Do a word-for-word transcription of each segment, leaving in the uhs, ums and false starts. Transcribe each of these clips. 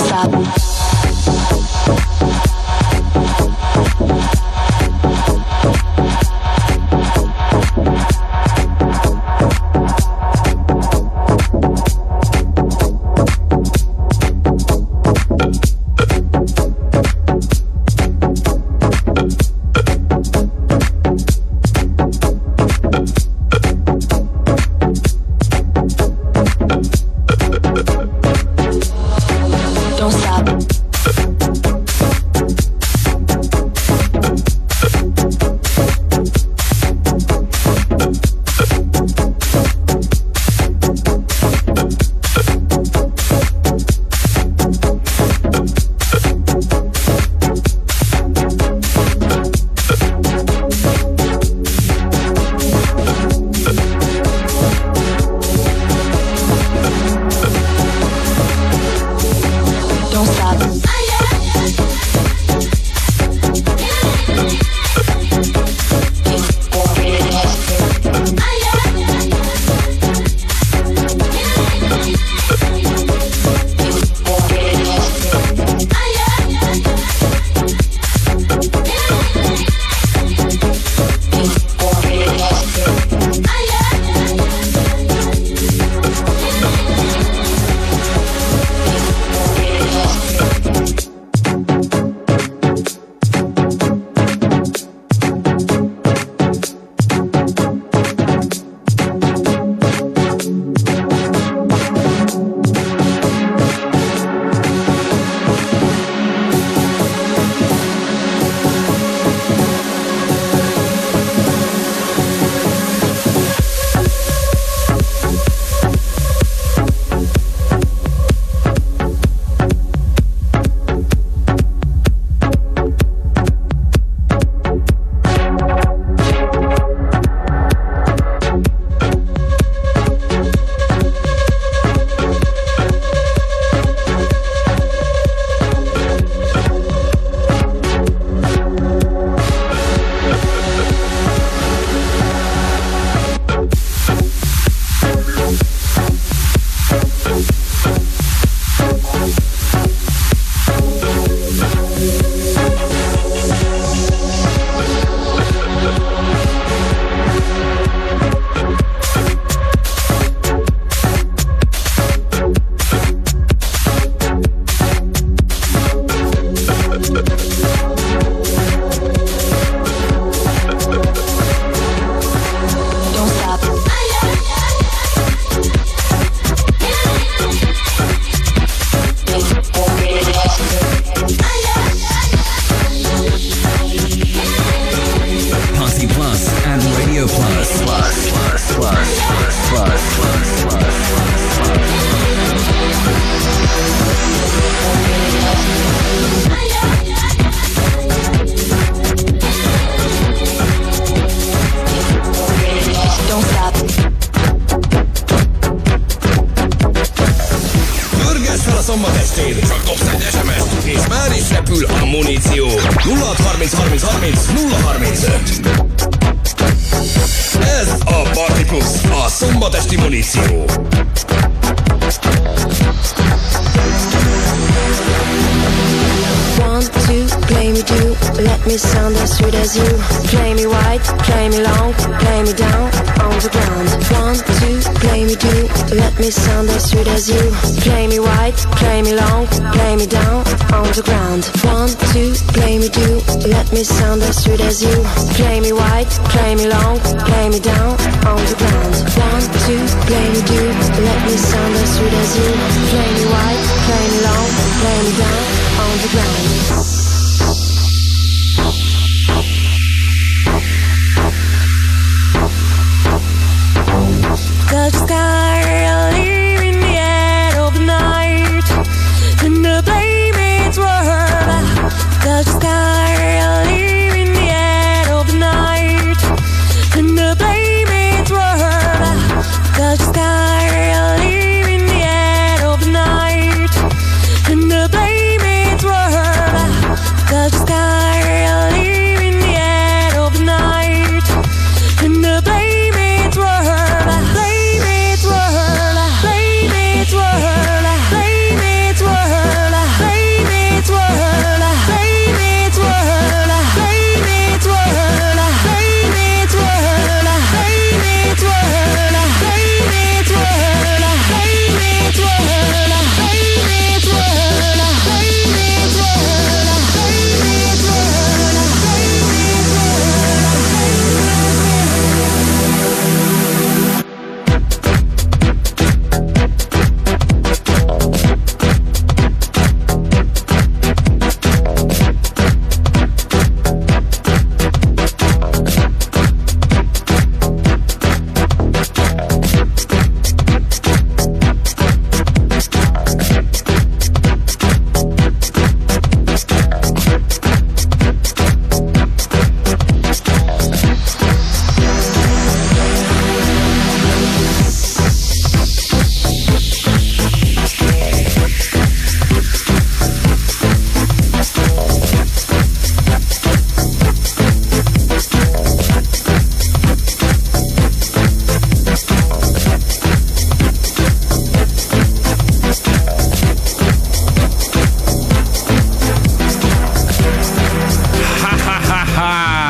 szombat estén csak dobsz egy es em es-t, és már is repül a muníció. nulla harminc harminc harminc nulla harmincöt. Ez a Party Plus, a szombat esti muníció. One, two, play me two, let me sound as sweet as you. Play me right, play me long, play me down on the ground. One, two, play me two, let me sound as sweet as you. Play me right, play me long, play me down on the ground. One, two, play me two, let me sound as sweet as you. Play me right, play me long, play me down on the ground. One, two, play me two, let me sound as sweet as you. Play me right, play me long, play me down on the ground. Touch the sky, I live in the air of the night, in the playmates world. Touch the sky, I live in the air of the night, in the playmates world. Touch the sky, I live in the air of the night,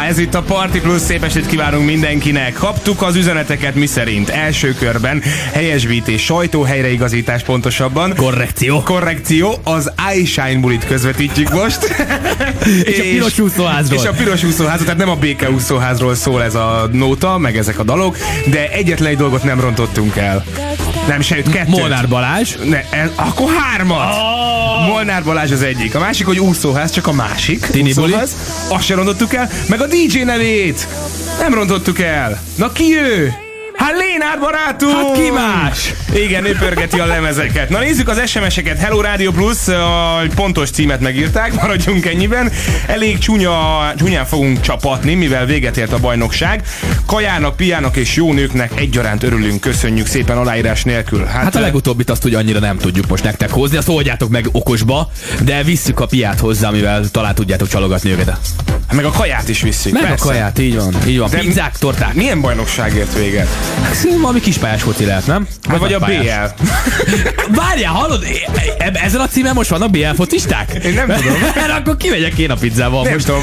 ez itt a Party Plus, szép estét kívánunk mindenkinek. Kaptuk az üzeneteket, miszerint első körben helyesbítés, sajtóhelyreigazítás pontosabban. Korrekció. Korrekció, az iShine bulit közvetítjük most. és, és a piros úszóházról. És a piros úszóházról, tehát nem a béke úszóházról szól ez a nóta, meg ezek a dalok, de egyetlen egy dolgot nem rontottunk el. Nem, sejt, kettőt. Molnár Balázs. Ne, ez, akkor hármat. Oh! Molnár Balázs az egyik. A másik, hogy úszóház, csak a másik. Tini úszóház. Azt se rontottuk el. Meg a dé dzsé nevét. Nem rontottuk el. Na ki ő? Hát Lénárd barátunk! Hát ki más? Igen, ő pörgeti a lemezeket. Na nézzük az es em es-eket. Hello Radio Plus, a pontos címet megírták, maradjunk ennyiben. Elég csúnya, csúnyán fogunk csapatni, mivel véget ért a bajnokság. Kajának, piának és jó nőknek egyaránt örülünk, köszönjük szépen aláírás nélkül. Hát, hát a legutóbbit azt ugye annyira nem tudjuk most nektek hozni, azt oldjátok meg okosba, de visszük a piát hozzá, mivel talán tudjátok csalogatni őket. Meg a kaját is visszük. Meg persze. a kaját, így van. Így van. De pizzák, torták. Milyen bajnokságért véget? Szerintem valami kispályás foci lehet, nem? Hát vagy a bé el. Várjál, hallod? E- ezen a címen most vannak bé el focisták? Én nem tudom. Mert akkor kimegyek én a pizzával nem most. tudom.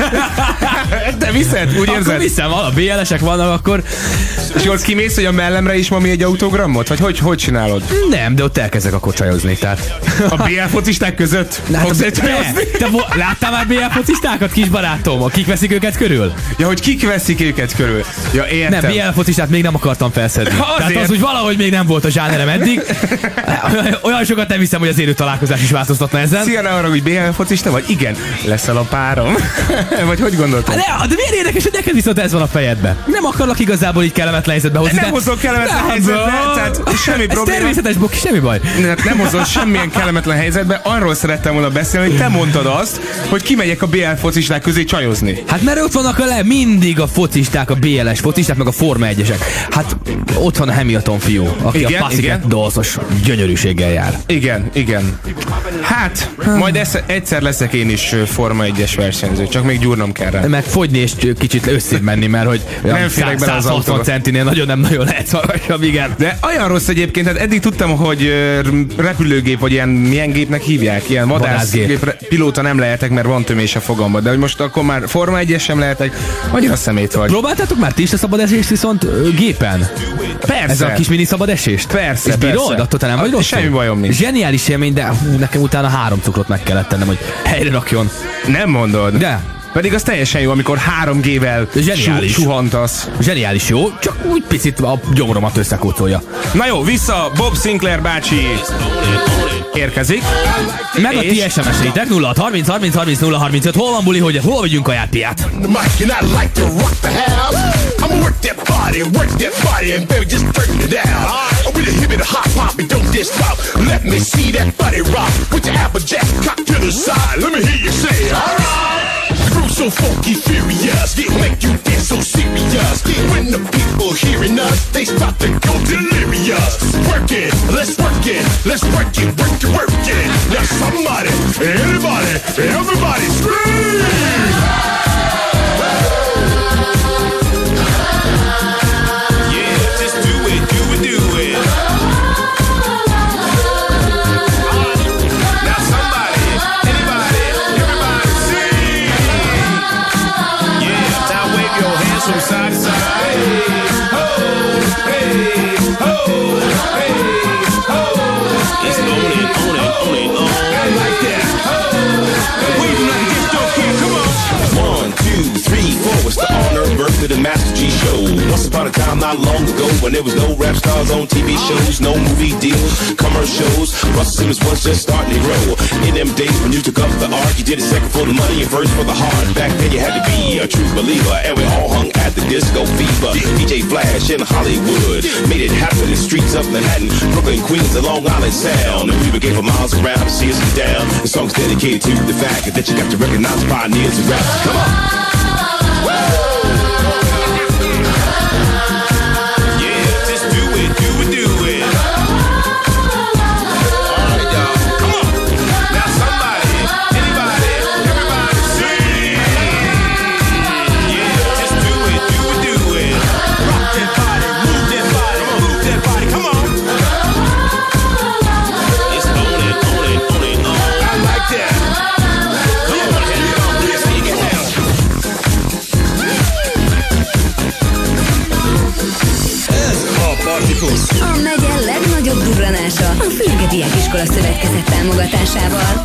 De viszed, úgy érzed? Akkor viszem, ha a bé el-esek vannak, akkor... És ott kimész, hogy a mellemre is mami egy autogramot? Vagy hogy, hogy csinálod? Nem, de ott elkezdek akkor csajozni, tehát... A bé el focisták között? Hát, Fogsz te, egy csajozni? te vo- láttál már bé el focistákat, kis barátom? Akik veszik őket körül? Ja, hogy kik veszik őket körül? Ja, értem. Nem, bé el focistát még nem akartam felszedni. Azért. Tehát az, hogy valahogy még nem volt a zsánerem eddig. Olyan sokat nem hiszem, hogy az élő találkozás is változtatna ezen. Szia, ne arra, hogy bé el focista vagy? Igen, leszel a párom. Vagy hogy gondoltad? De, de miért érdekes, hogy neked viszont ez van a fejedben? Nem akarlak igazából így kellemetlen helyzetbe hozni. Nem hozok kellemetlen helyzetbe, tehát semmi ez probléma. természetes, Boki, semmi baj. Nem hozol semmilyen kellemetlen helyzetbe, arról szerettem volna beszélni, hogy te mondtad azt, hogy kimegyek a bé el focisták közé csajozni. Hát mert ott vannak a le, mindig a focisták, a bé el-es focisták, meg a Forma egyesek. Hát ott van a Hamilton fiú, aki Igen, a Pussycat Dollsos gyönyörűséggel jár. Igen, igen. Hát, majd esz- egyszer leszek én is Forma egyes versenyző, csak még gyúrnom kell rá. Meg fogyni és kicsit összébb menni, mert hogy Nem férek bele az száz hatvan autóba. centinél nagyon nem nagyon lehet magasabb, igen. De olyan rossz egyébként, hát eddig tudtam, hogy ö, repülőgép, vagy ilyen, milyen gépnek hívják, ilyen vadászgép, Vadászgép. pilóta nem lehetek, mert van tömés a fogamba, de hogy most akkor már Forma egyes sem lehetek, annyira szemét vagy. Próbáltátok már ti is a szabad esést viszont ö, gépen? Persze. Ez a kis mini szabad esést? Persze, És bírod? persze. Attól te nem vagy A- rossz? semmi bajom nincs. Zseniális élmény, de hú, nekem utána három cukrot meg kellett tennem, hogy helyre rakjon. Nem mondod. De. Pedig az teljesen jó, amikor három gével Zseniális. su- suhantasz. Zseniális jó, csak úgy picit a gyomromat összekócolja. Na jó, vissza Bob Sinclair bácsi érkezik. Meg a És- ti es em es-eitek nulla harminc harminc harminc nulla harmincöt. Hol van buli, hogy hol vagyunk kaját, piát? the mic and I like to rock the house. I'ma work that body, work that body, and baby just turn it down. I'm with a hip and a hop hop and don't diss stop. Let me see that body rock. Put your applejack cock to the side. Let me hear you say, alright. Groove so funky, furious, it make you dance so serious. When the people hearing us, they start to go delirious. Work it, let's work it, let's work it, work it, work it. Now somebody, anybody, everybody scream! From side to side, hey, ho, hey, ho, hey, ho. It's on it, on it, on it, on. I like that. Ho, waving like this don't care. Come on. One, two, three, four. It's the honor birth of the Master G Show. Once upon a time, not long ago, when there was no rap stars on T V shows, no movie deals, commercials. Russell Simmons was just starting to grow. In them days when you took up the art, you did it second for the money and first for the heart. Back then you had to be a true believer, and we all hung at the disco fever. D J Flash in Hollywood made it happen in the streets of Manhattan, Brooklyn, Queens, and Long Island Sound. And people came for miles around to see us get down. The song's dedicated to the fact that you got to recognize pioneers of rap. Come on. Yeah, just do it, do it, do it. All right, y'all. Come on. Now somebody, anybody, everybody sing. Yeah, just do it, do it, do it. Rock that body, move that body, move that body. Come on. It's on it, on it, on it, on. I like that. Come on, hands up, let's see you get down. Fürge Diákiskola Szövetkezet támogatásával.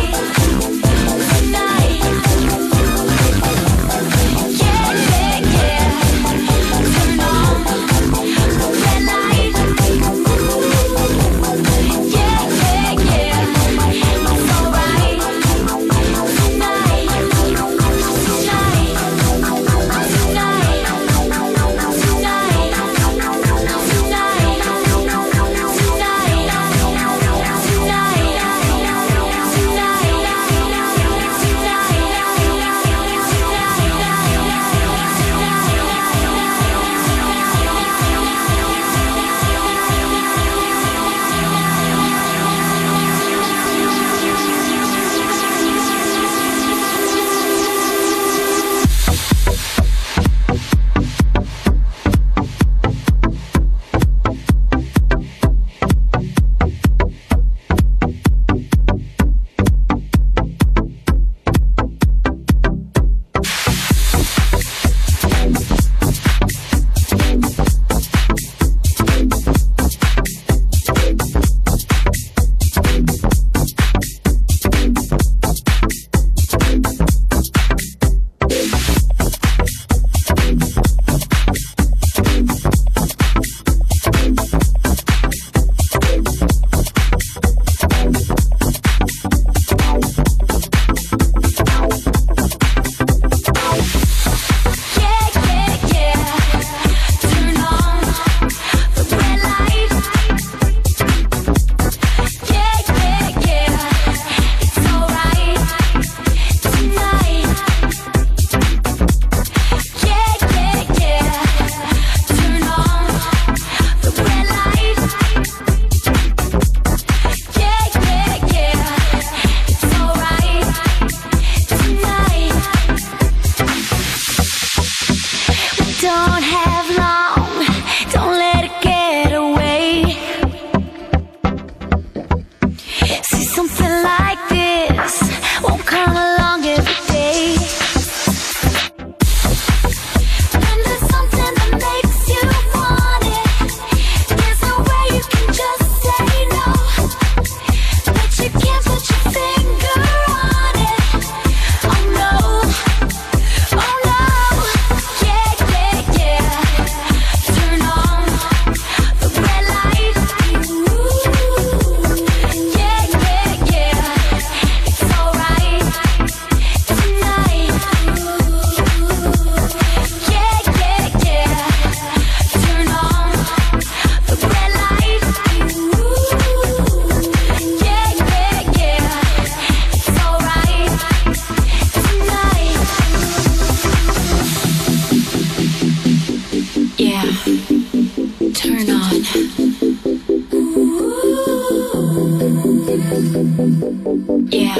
Yeah,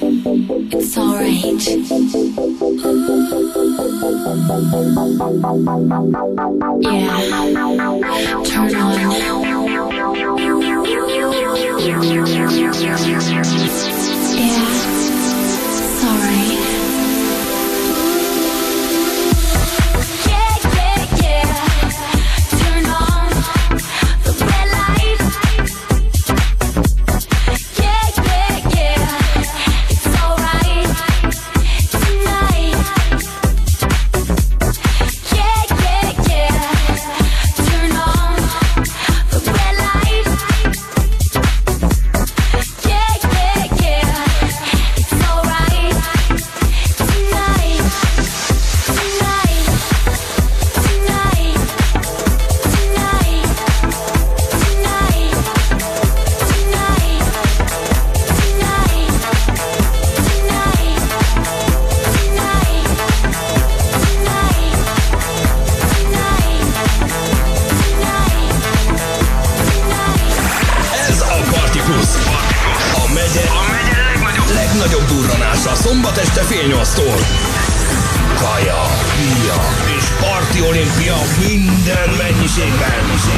it's alright. Yeah, turn on. Yeah, it's alright. Legnagyobb durranása szombat este fél nyolctól. Kaja, pia és parti olimpia minden mennyiségben.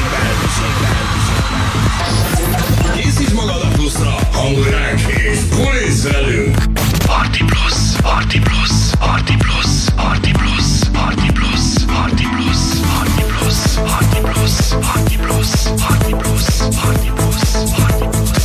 Készíts magad a pluszra, hangolj ránk és buliz velünk! Party Plus, Party Plus, Party Plus, Party Plus, Party Plus, Party Plus, Party Plus, Party Plus, Party Plus, Party Plus, Party Plus, Party Plus.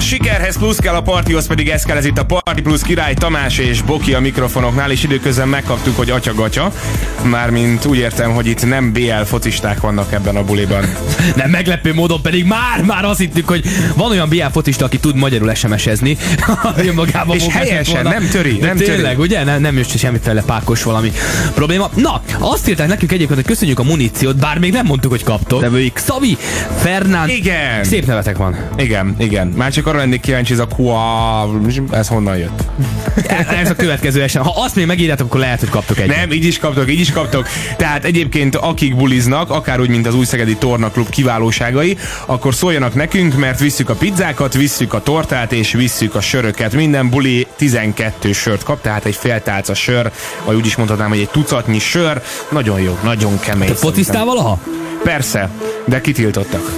sikerhez plusz kell, a partihoz pedig ez kell, ez itt a Party Plus Király Tamás és Boki a mikrofonoknál, és időközben megkaptuk, hogy atya-gatya. Mármint úgy értem, hogy itt nem bé el focisták vannak ebben a buliban. Nem, meglepő módon pedig már, már azt hittük, hogy van olyan bé el focista, aki tud magyarul es em es-ezni. És helyesen, nem töri, nem De tényleg, töri. ugye? Nem, nem jössz semmiféle pákos valami probléma. Na, azt írták nekünk egyébként, hogy köszönjük a muníciót, bár még nem mondtuk, hogy kaptok. Nevőik Szabi, Fernán. Igen. Szép nevetek van. Igen, igen. Már csak arra lennék kíváncsi, ez a kua... Ez honnan jött? Ez a következő es em es. Ha azt még megírjátok, akkor lehet, hogy kaptok egy. Nem, így is kaptok, így is kaptok. Tehát egyébként akik buliznak, akár úgy, mint az Újszegedi Torna Klub kiválóságai, akkor szóljanak nekünk, mert visszük a pizzákat, visszük a tortát és visszük a söröket. Minden buli tizenkettő sört kap, tehát egy fél tálca sör, vagy úgy is mondhatnám, hogy egy tucatnyi sör. Nagyon jó, nagyon kemény. Te fociztál valaha? Persze, de kitiltottak.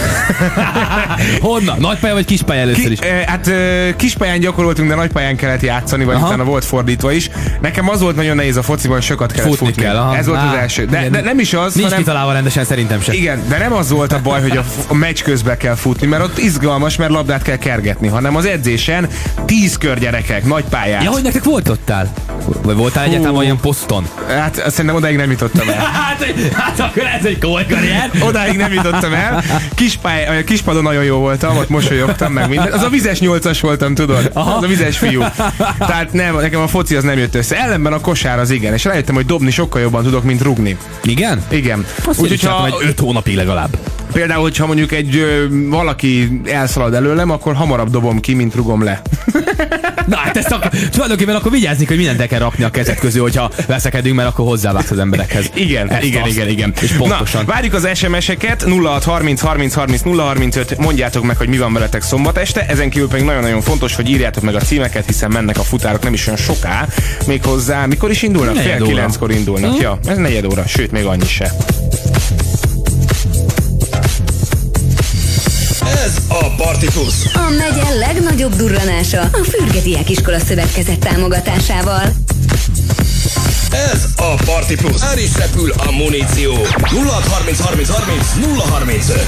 Honnan? Nagypálya vagy kispálya először Ki, is? eh, hát eh, kispályán gyakoroltunk, de nagypályán kellett játszani, vagy Aha. utána volt fordítva is. Nekem az volt nagyon nehéz a fociban, sokat kellett Futni futni. kell, aha. Ez volt Á, az első. De, igen. de nem is az, Nincs hanem... kitalálva rendesen, szerintem sem. Igen, de nem az volt a baj, hogy a, a meccs közben kell futni, mert ott izgalmas, mert labdát kell kergetni, hanem az edzésen tíz kör gyerekek, nagy pályát. Ja, hogy nektek voltottál? Vagy voltál egyáltalán olyan poszton? Hát azt szerintem odáig nem jutottam el. Hát, hát akkor ez egy komoly karrier. Odáig nem jutottam el. Kispály, a kispadon nagyon jó voltam, ott mosolyogtam meg minden. Az a vizes nyolcas voltam, tudod? Aha. Az a vizes fiú. Tehát nem, nekem a foci az nem jött össze. Ellenben a kosár az igen, és rájöttem, hogy dobni sokkal jobban tudok, mint rugni. Igen? Igen. Úgyhogy ha egy öt hónapig legalább. például, hogyha mondjuk egy ö, valaki elszalad előlem, akkor hamarabb dobom ki, mint rugom le. Na hát ezt akkor, tulajdonképpen akkor vigyázni, hogy mindent el kell rakni a kezed közül, hogyha veszekedünk, mert akkor hozzávágsz az emberekhez. Igen, Ezt igen, azt. igen, igen. És pontosan. Na, várjuk az es em es-eket, nulla hat harminc harminc harminc nulla harmincöt, mondjátok meg, hogy mi van veletek szombat este, ezen kívül pedig nagyon-nagyon fontos, hogy írjátok meg a címeket, hiszen mennek a futárok nem is olyan soká, méghozzá, mikor is indulnak? Negyed Fél óra. kilenckor indulnak, Hm? ja, ez negyed óra, sőt, még annyi se. Ez a Party Plus. A megye legnagyobb durranása a Fürgetiek Iskola Szövetkezet támogatásával. Ez a Party Plus. El is repül a muníció. nulla hat harminc harminc harminc nulla harmincöt.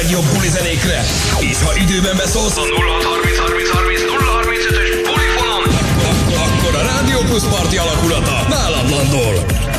legjobb bulizenékre. És ha időben beszólsz a nulla hat harminc harminc harminc nulla harmincötös bulifonon, akkor, akkor a Rádió Plus Party alakulata nálad landol.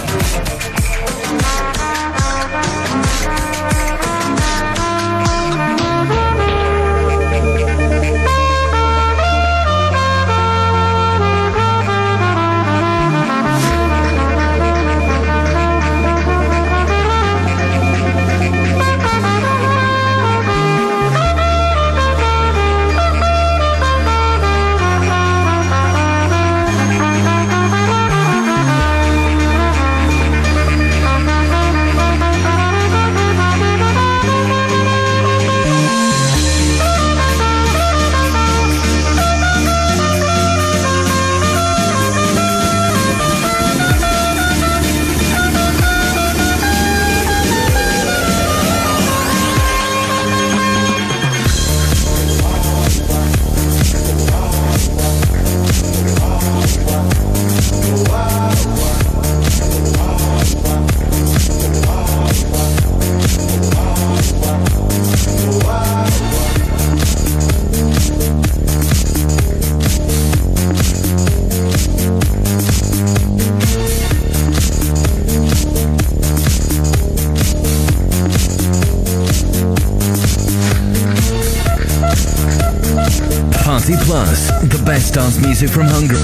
Party Plus, the best dance music from Hungary.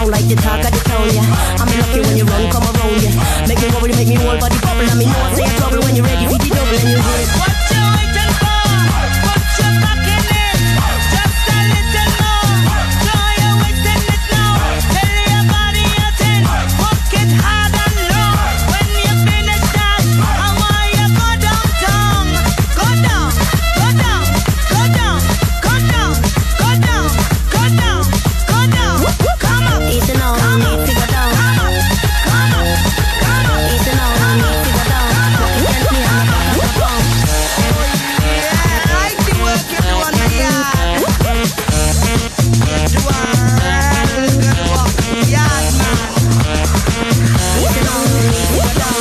sound like the talk of the town, yeah. I'm lucky when you run, come around, yeah. Make me worry, make me whole body bubble, and me know I say a trouble when you're ready for the double and you hear it. What you waiting for? Put your back in it, just a little more. Show you wasting it now. Tell your body you're ten, work it hard and low. When you finish that, I want you go downtown. Go down, go down, go down, go down, go down, go down, go down. Come on, easy now, I need to go down. Come on, come on, come on, easy now, I need to go down. Walk against me, I'm a back of the phone. Yeah, I like the work you do on the yard. Do a real good walk in the yard, man. Easy now, I need to go down.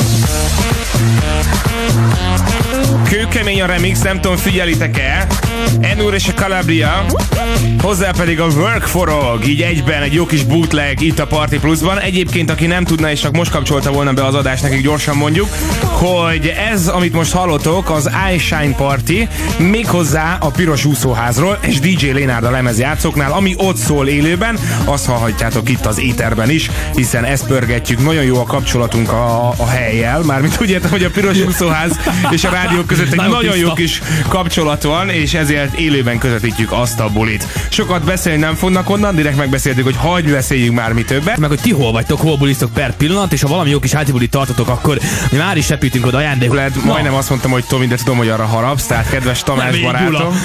Kőkemény a remix, nem tudom, figyelitek-e? Enur és a Calabria, hozzá pedig a Work forog, így egyben egy jó kis bootleg itt a Party Plusban. Egyébként, aki nem tudna és csak most kapcsolta volna be az adást, nekik gyorsan mondjuk, hogy ez, amit most hallotok, az I Shine Party, méghozzá a Piros úszóházról, és dé dzsé Lénárd a lemezjátszóknál, ami ott szól élőben, azt hallhatjátok itt az éterben is, hiszen ezt pörgetjük, nagyon jó a kapcsolatunk a, a helyjel, mármint úgy értem, hogy a Piros úszóház és a rádió között egy nagyon, nagyon jó kis kapcsolat van, és ezért élőben közvetítjük azt a bulit. Sokat beszélni nem fognak onnan, direkt megbeszéltük, hogy hagyj beszéljünk már mi többet. Meg hogy ti hol vagytok, hol bulisztok per pillanat, és ha valami jó kis háti bulit tartotok, akkor mi már is repítünk oda ajándékot. Lehet, majdnem azt mondtam, hogy Tomi, de tudom, hogy arra harapsz, tehát kedves Tamás barátom.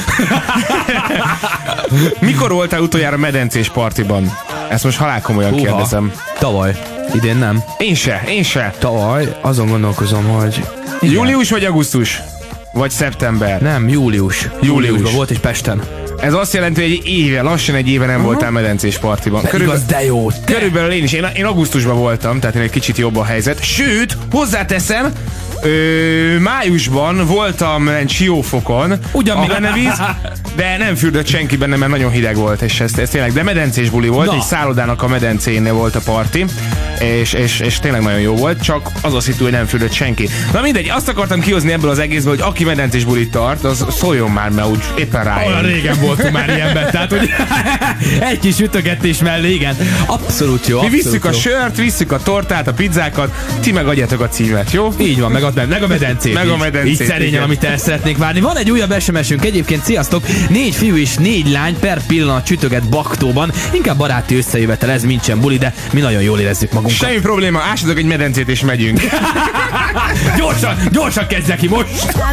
Mikor voltál utoljára medencés partiban? Ezt most halálkomolyan Húha. kérdezem. Tavaly. Idén nem. Én se, én se. Tavaly azon gondolkozom, hogy... Igen. Július vagy augusztus? Vagy szeptember? Nem, július. Júliusban volt és Pesten. Ez azt jelenti, hogy egy éve, lassan egy éve nem uh-huh. voltál medencés partiban. De Körülbelül, igaz, de jó. Te. Körülbelül én is. Én, én augusztusban voltam, tehát én egy kicsit jobb a helyzet. Sőt, hozzáteszem, Ö, májusban voltam egy Siófokon, ugyan a Benevíz, de nem fürdött senki benne, mert nagyon hideg volt, és ez, ez tényleg, de medencés buli volt, egy szállodának a medencénél volt a parti, és, és, és tényleg nagyon jó volt, csak az a szitu, hogy nem fürdött senki. Na mindegy, azt akartam kihozni ebből az egészből, hogy aki medencés bulit tart, az szóljon már, mert úgy éppen rájön. Olyan régen voltunk már ilyenben, tehát hogy egy kis ütögetés mellé, igen. Abszolút jó. Mi visszük a sört, visszük a tortát, a pizzákat, ti meg adjátok a címet, jó? Így van, meg a, meg a medencét. Meg a medencét. Így, így szerényen, amit el szeretnék várni. Van egy újabb es em esünk egyébként, sziasztok! Négy fiú és négy lány per pillanat csütöget Baktóban. Inkább baráti összejövetel, ez nincsen buli, de mi nagyon jól érezzük magunkat. Semmi probléma, ássatok egy medencét és megyünk. gyorsan, gyorsan kezdje ki most!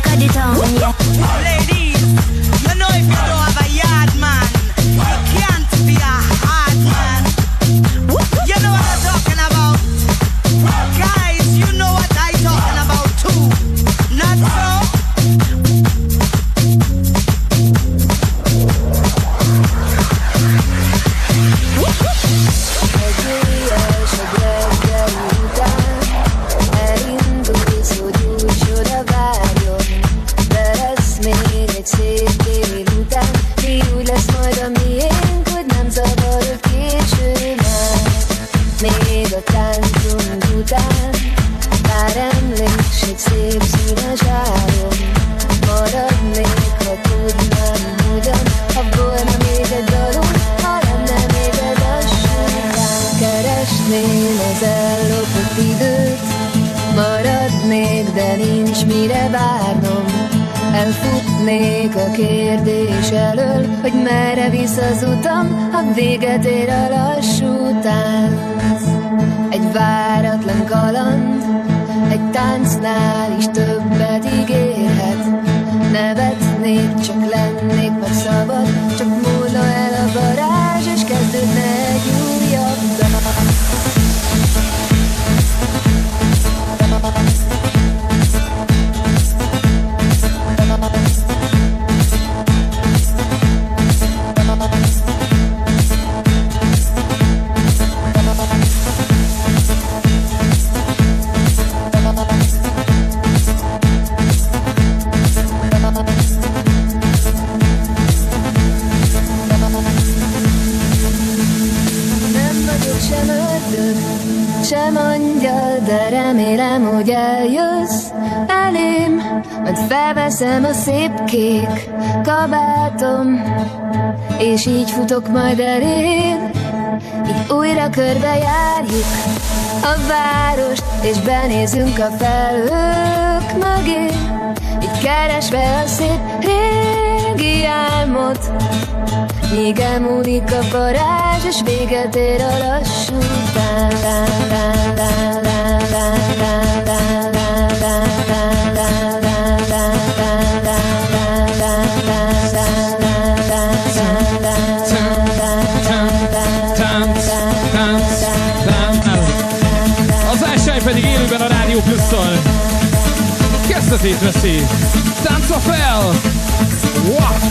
Elfutnék a kérdés elől, hogy merre visz az utam, ha véget ér a lassú tánc. Egy váratlan kaland, egy táncnál is többet ígérhet. Nevetnék, csak lennék már szabad, csak múlna el a varázs, és kezdődne egy újabb dal. Sem angyal, de remélem, hogy eljössz elém, majd felveszem a szép kék kabátom, és így futok majd eléd. így újra körbejárjuk a várost, és benézünk a felhők mögé, így keresve a szép régi álmot, míg elmúlik a varázs, és véget ér a lassú tán. Az Ásály pedig élőben a Rádió Plusszal kezdetét veszi. Tánca fel! Wow!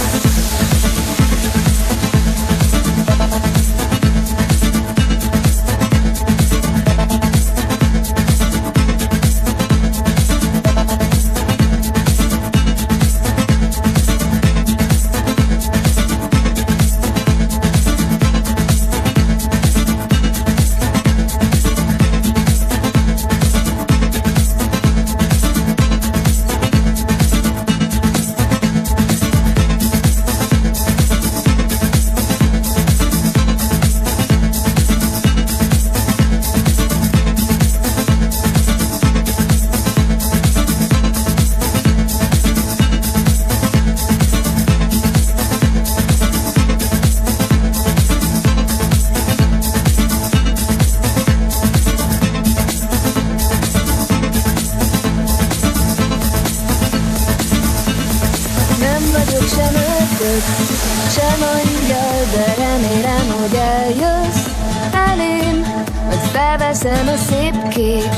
Sem angyal, de remélem, hogy eljössz elém, hogy felveszem a szép kék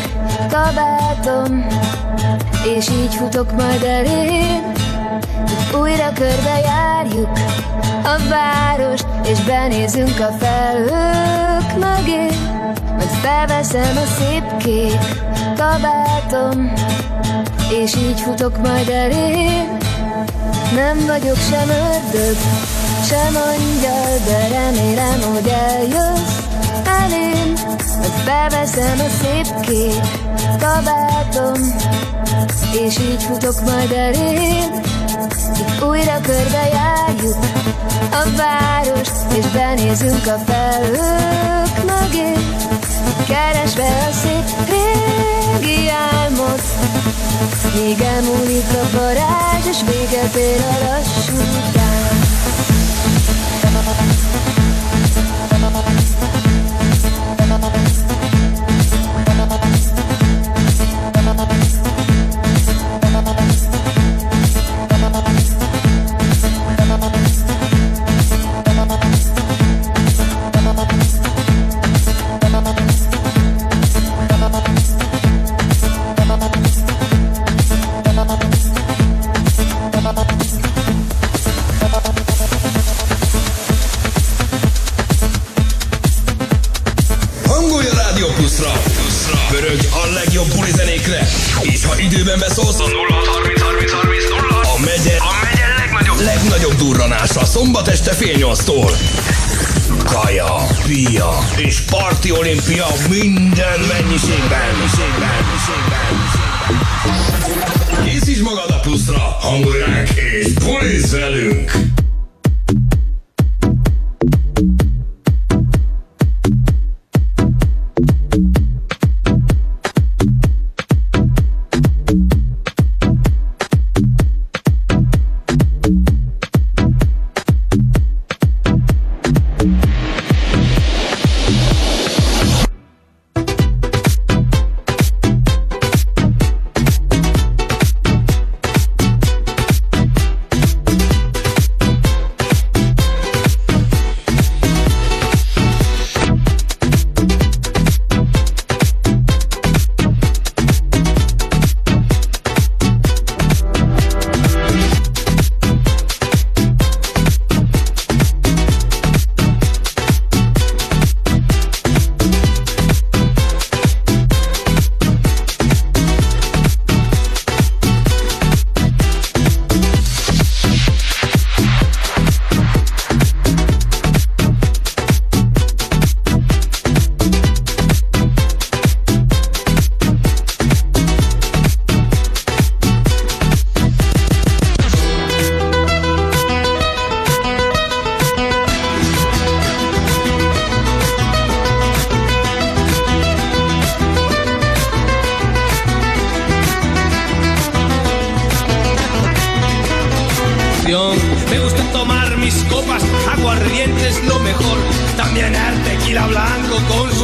kabátom, és így futok majd eléd, hogy újra körbejárjuk a várost, és benézünk a felhők mögé, hogy felveszem a szép kék kabátom, és így futok majd eléd. Nem vagyok sem ördög, sem angyal, de remélem, hogy eljössz elém, hogy felveszem a szép kék kabátom, és így futok majd eléd, így újra körbejárjuk a várost, és benézünk a felhők mögé, keresve a szép régi álmot, míg elmúlik a varázs, és véget ér a lassú tán. Pörög a legjobb buli zenékre, és ha időben beszólsz, a nulla harminc harminc harminc nulla a megye, a megye legnagyobb, legnagyobb durranása szombat este fél nyolctól. Kaja, pia és parti olimpia minden mennyiségben. mennyiségben, mennyiségben, mennyiségben. Készíts magad a pluszra, hangolj ránk és bulizz velünk!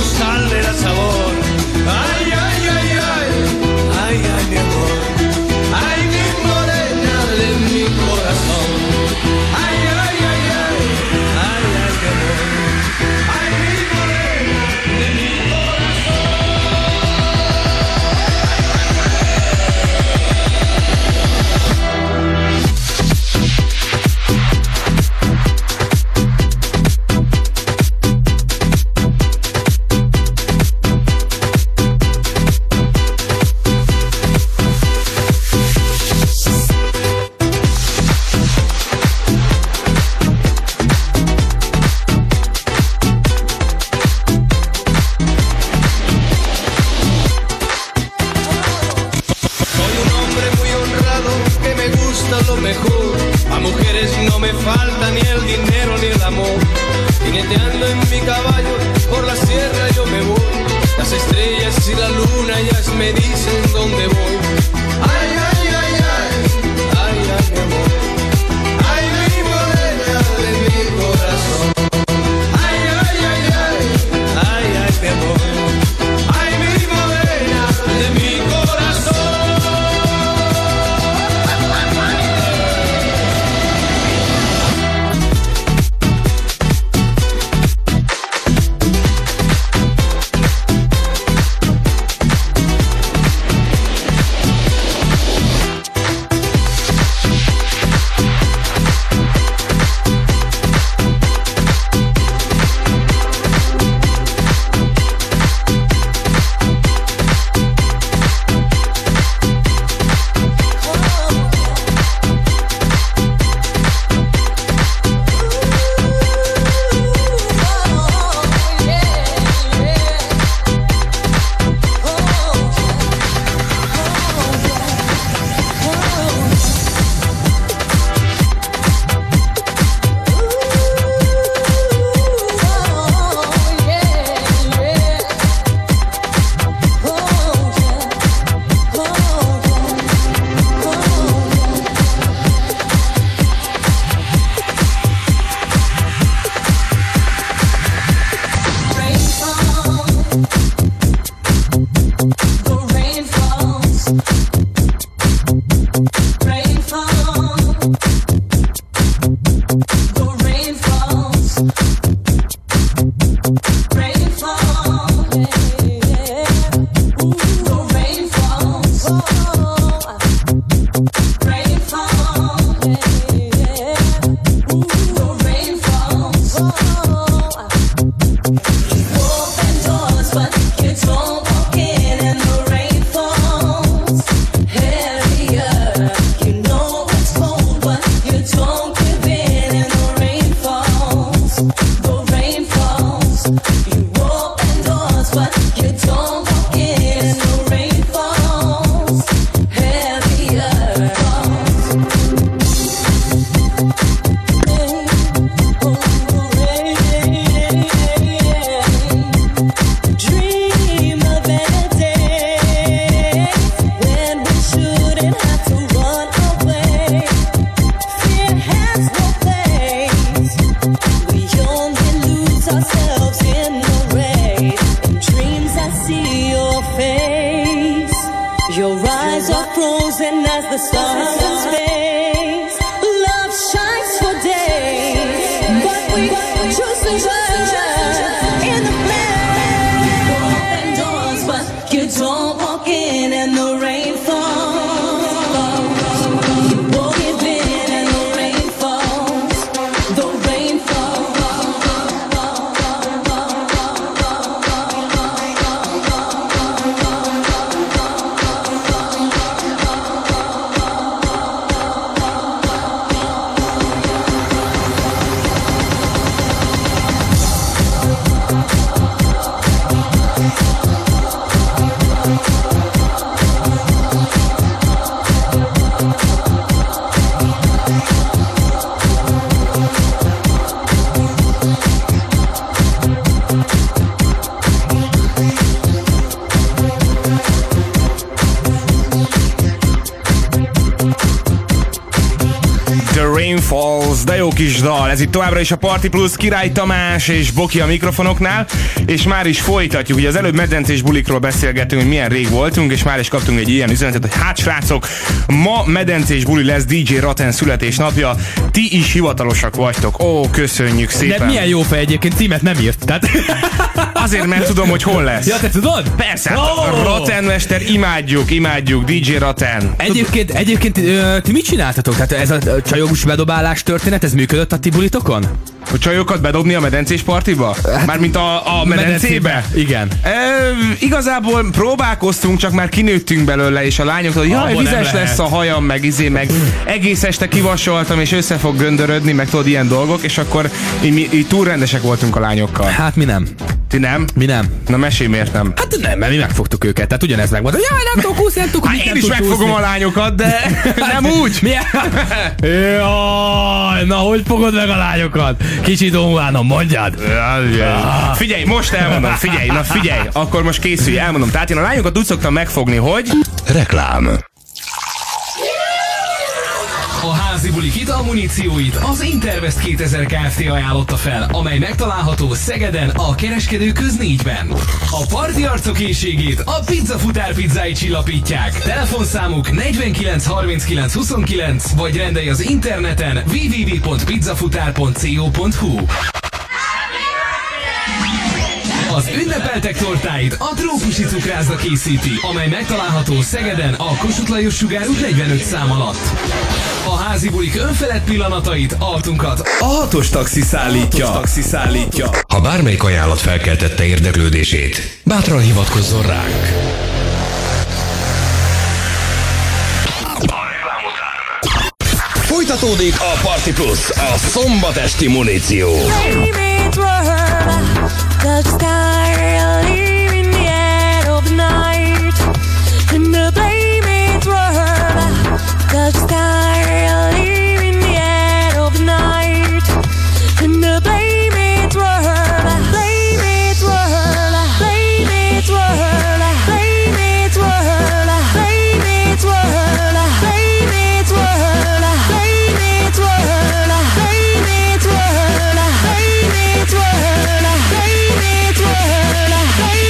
sal le da sabor. Ay, ay, ay, ay, ay, ay, mi amor. Ay, mi morena de mi corazón. Ay, ay, ay, ay, ay, ay, mi amor. Ay, mi morena de mi lo mejor. A mujeres no me falta ni el dinero ni el amor. Jineteando en mi caballo por la sierra yo me voy. Las estrellas y la luna ellas me dicen dónde voy. Ay, ay, ay, ay, ay, ay, mi amor. Ay, mi morena de mi corazón. Ay, ay, ay, ay, ay, ay, mi amor. Ay, mi morena de mi corazón. Falls, de jó kis dal. Ez itt továbbra is a Party Plus, Király Tamás és Boki a mikrofonoknál, és már is folytatjuk. Ugye az előbb medencés bulikról beszélgetünk, hogy milyen rég voltunk, és már is kaptunk egy ilyen üzenetet, hogy hát srácok, ma medencés buli lesz, dé dzsé Raten születésnapja, ti is hivatalosak vagytok. Ó, köszönjük szépen. De milyen jó fej egyébként, címet nem írt. Tehát... Azért, mert tudom, hogy hol lesz. Ja, te tudod? Persze, oh! Raten mester, imádjuk, imádjuk, dé dzsé Raten. Egyébként, egyébként ö, ti mit csináltatok? Tehát ez a csajogos bedobálás történet, ez működött a ti bulitokon? Hogy csajokat bedobni a medencés partiba? Mármint a, a medencébe? medencébe? Igen. E, igazából próbálkoztunk, csak már kinőttünk belőle, és a lányok, hogy jaj, vizes lesz a hajam, meg izé, meg egész este kivasoltam, és össze fog göndörödni, meg tudod, ilyen dolgok, és akkor mi, mi túl rendesek voltunk a lányokkal. Hát mi nem. Ti nem? Mi nem. Na mesélj, miért nem? Hát nem, mert mi megfogtuk őket, tehát ugyanez megvan. Jaj, nem tudok úszni, nem tudok. Hát én is megfogom a lányokat, de nem úgy. Milyen? Jaj, na hogy fogod meg a lányokat? Kicsit óvánom, mondjad. Ah. Figyelj, most elmondom, figyelj, na figyelj, akkor most készülj, elmondom. Tehát én a lányokat úgy szoktam megfogni, hogy... Reklám. A házi bulik italmunícióit az Intervest kétezer Kft. Ajánlotta fel, amely megtalálható Szegeden a Kereskedőköz négyben. A parti arcok éhségét a Pizzafutár pizzái csillapítják. Telefonszámuk negyvenkilenc harminckilenc huszonkilenc, vagy rendelj az interneten double-u double-u double-u pont pizzafutár pont co pont hu. Az ünnepeltek tortáit a Trópusi Cukrászda készíti, amely megtalálható Szegeden a Kossuth Lajos Sugár út negyvenöt szám alatt. A házi bulik önfelett pillanatait, artunkat a hatos taxi szállítja. Hatos taxi szállítja. Ha bármelyik ajánlat felkeltette érdeklődését, bátran hivatkozzon ránk. Folytatódik a Party Plus, a szombat esti muníció. The sky leaving the end of the night in the Playmates world. The sky leaving the end of the night in the Playmates world. Playmates world. Playmates world. Playmates world. Playmates world. Playmates world. Playmates world. Playmates world. Playmates world.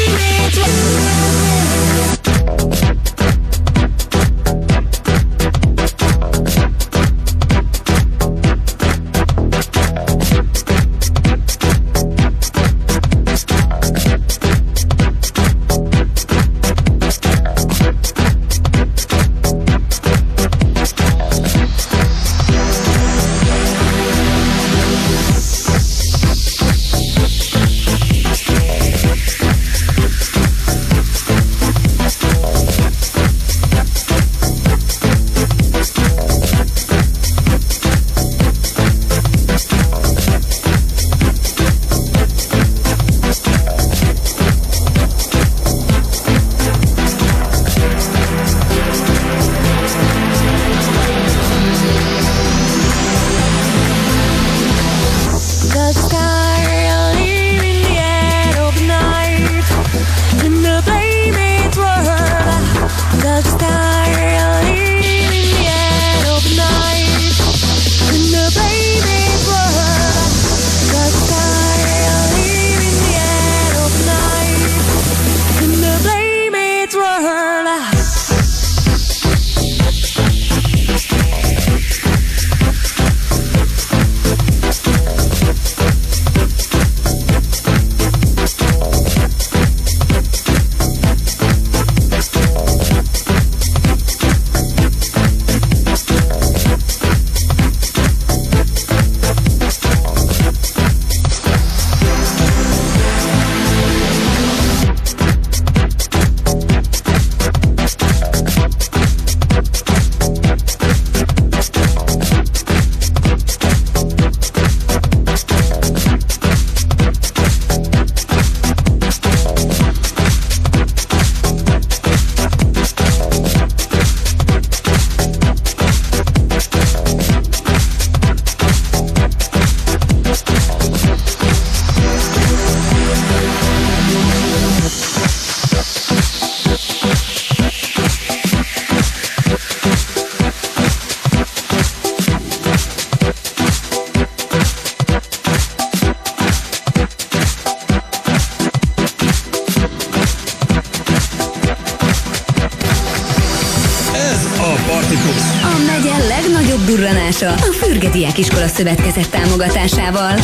A megye legnagyobb durranása a Fürgetiek Iskola Szövetkezet támogatásával.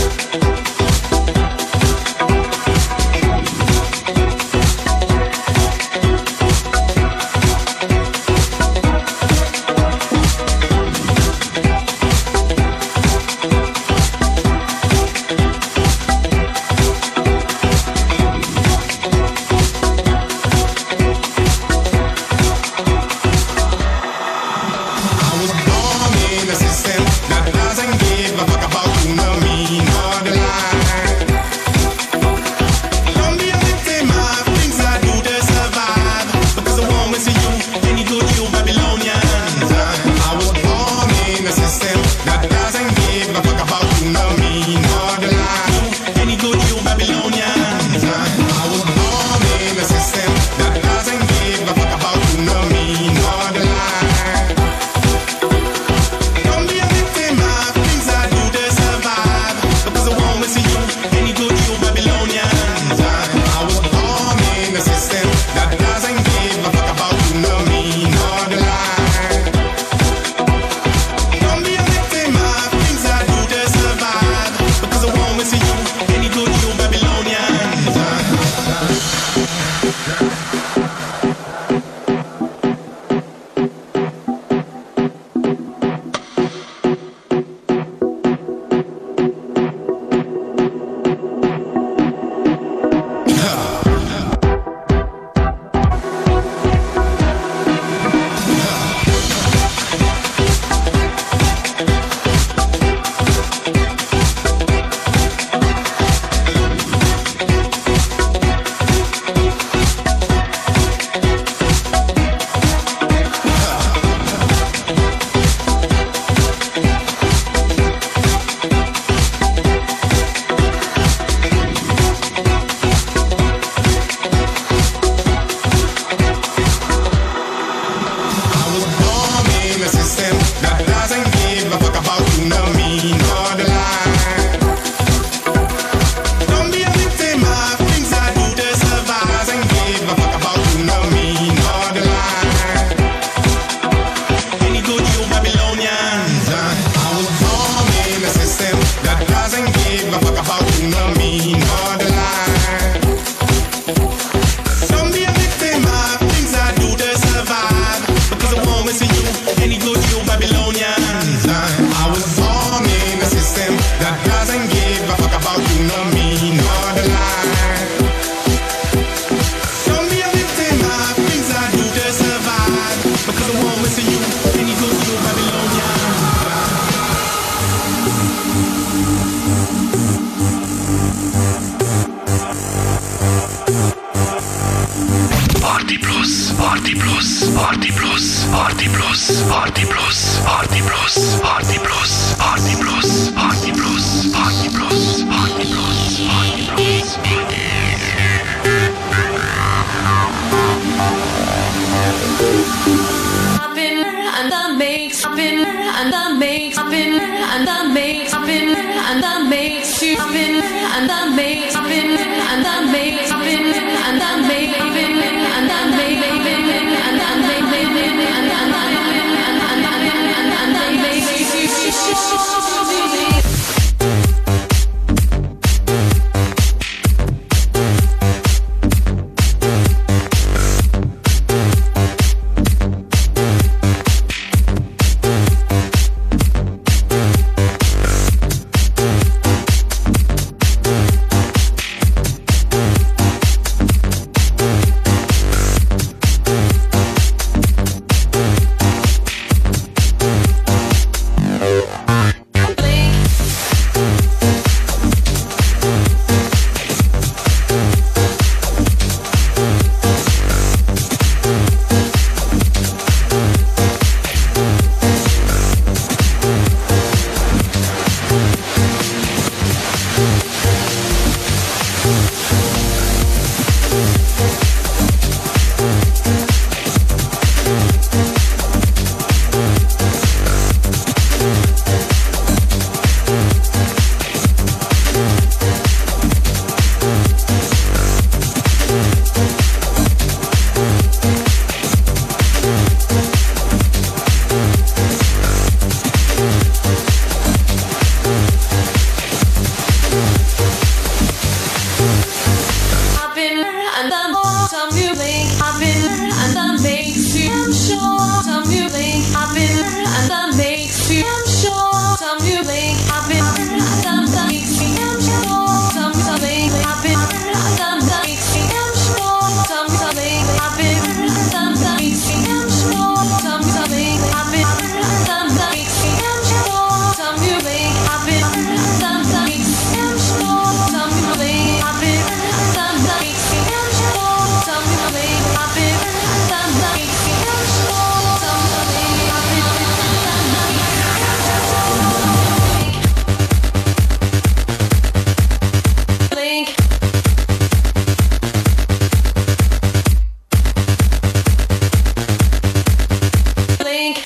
Some you think I've been and that makes you I'm sure. Some you think I've been and that makes you I'm sure. Some you think I've been and that makes me I'm sure. Some you think I've been and that makes me I'm sure. Some you think I've been and that makes me I'm sure. Some you think I've been and that makes me I'm sure. Some you think I've been and that makes me I'm sure. Some you think I've been and that makes me I'm sure. Some you think I've been and that makes me I'm sure. Some you think I've been and that makes me think. Think.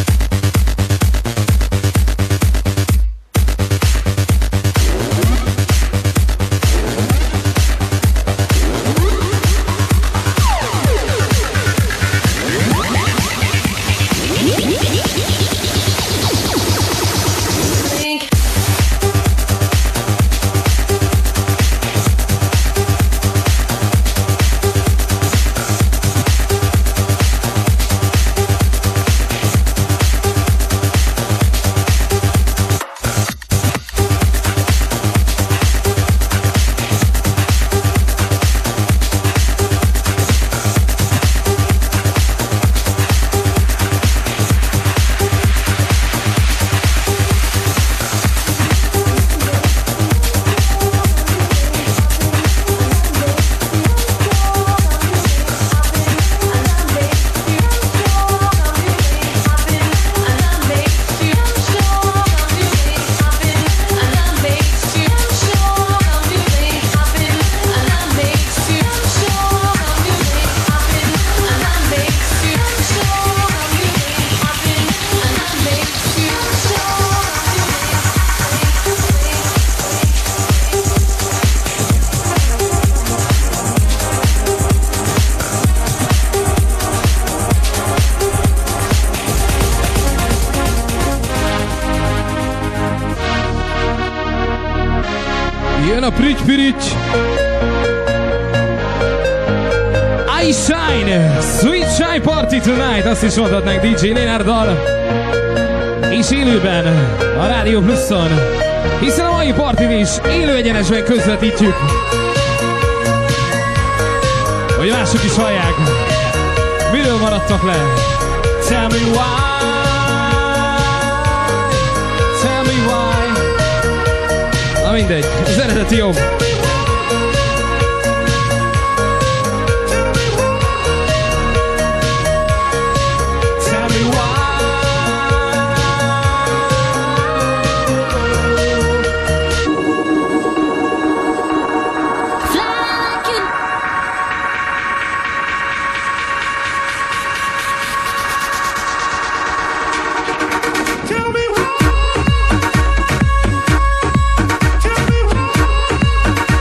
Jön a prics-pirics. I Shine, Sweet Shine Party Tonight, azt is mondhatnánk dé dzsé Lénárdal. És élőben a Rádió Pluszon, hiszen a mai partin is élő egyenesben közvetítjük, hogy mások is hallják, miről maradtak le. Tell me why, tell me why. Na mindegy, az eredeti jobb. Tell me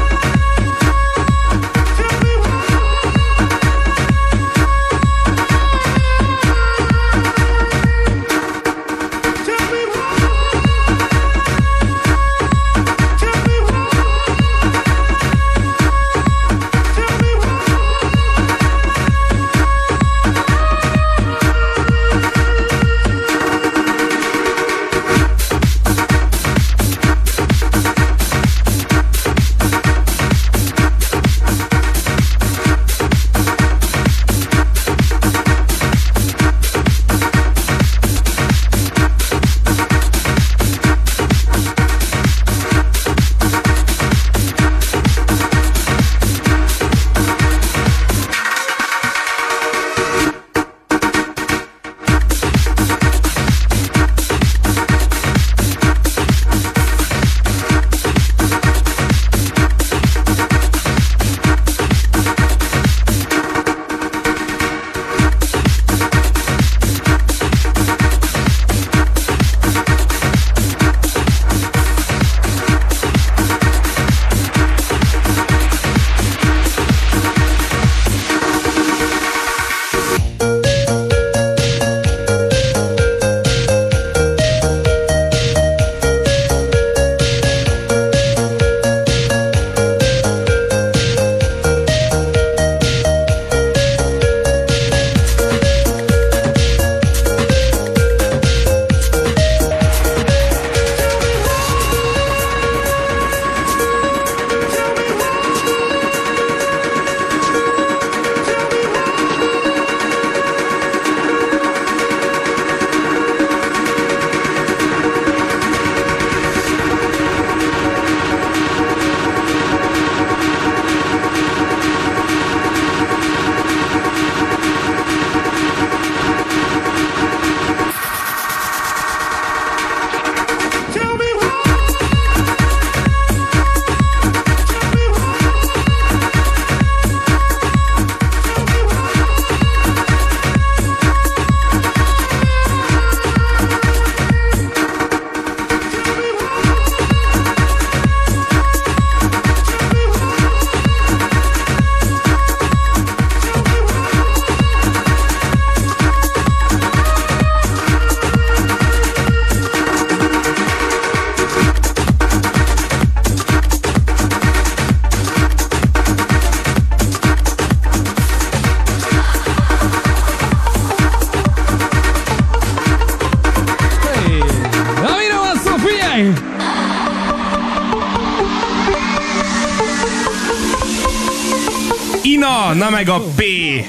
Na meg a P.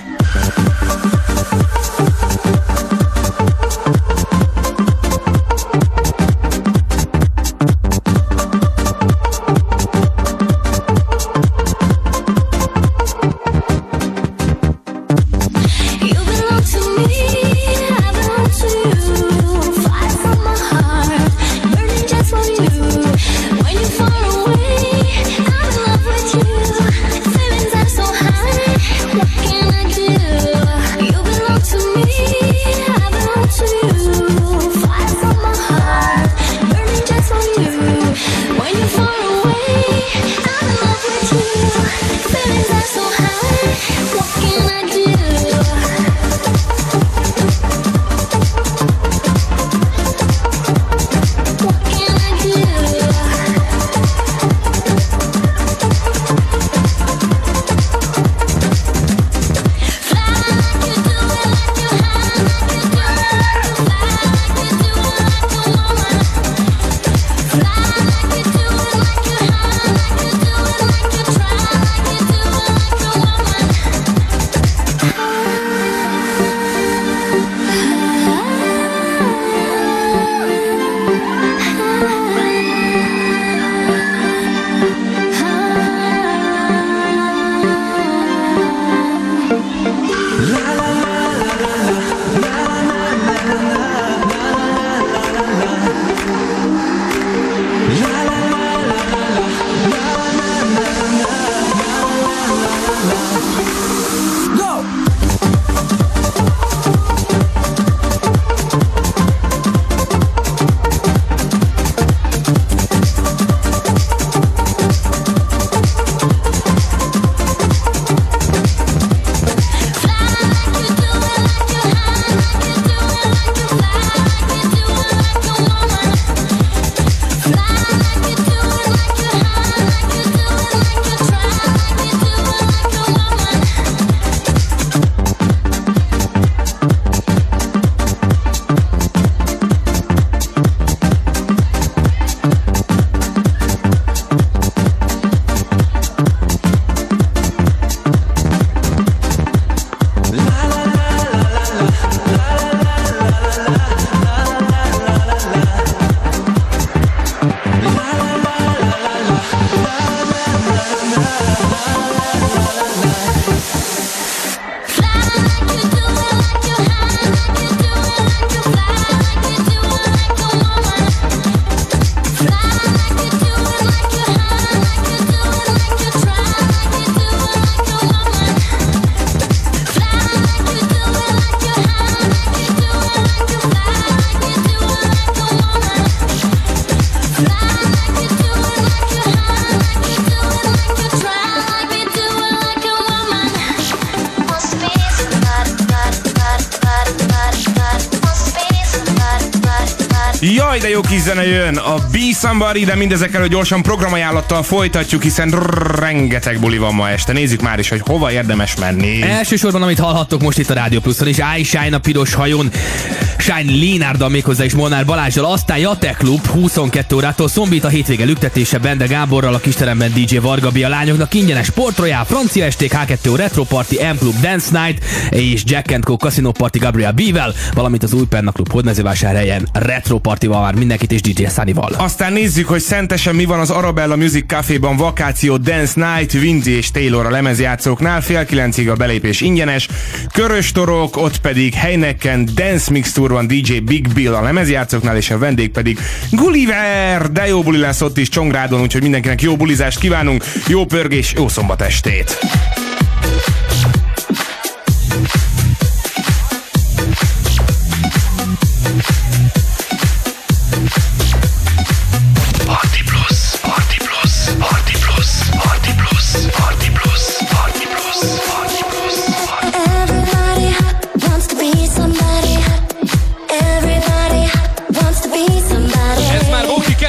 Jaj, de jó kis zene jön, a Be Somebody, de mindezek előtt gyorsan programajánlattal folytatjuk, hiszen rengeteg buli van ma este. Nézzük már is, hogy hova érdemes menni. Elsősorban, amit hallhattok most itt a Rádió Pluszon, és I Shine a piros hajón, Shine Lénárddal méghozzá is Molnár Balázsral, aztán Jate Klub huszonkettő órától, Szombít a hétvége lüktetése Bende Gáborral, a kisteremben dé dzsé Varga B, a lányoknak ingyenes Sport Royale, francia esték, há kettő Retro Party, M Club Dance Night és Jack and Co Casino Party Gabriel B-vel, valamint az új Penna Club Hódmezővásárhelyen Retro Partival már mindenkit és dé dzsé Sunnyval. Aztán nézzük, hogy Szentesen mi van az Arabella Music Caféban, vakáció Dance Night, Vinci és Taylor a lemezjátszóknál, fél kilencig a belépés ingyenes, Körös Torok, ott pedig Heineken Dance Mixture van dé dzsé Big Bill a lemezjátszóknál, és a vendég pedig Gulliver, de jó buli lesz ott is Csongrádon, úgyhogy mindenkinek jó bulizást kívánunk, jó pörgés, jó szombat estét!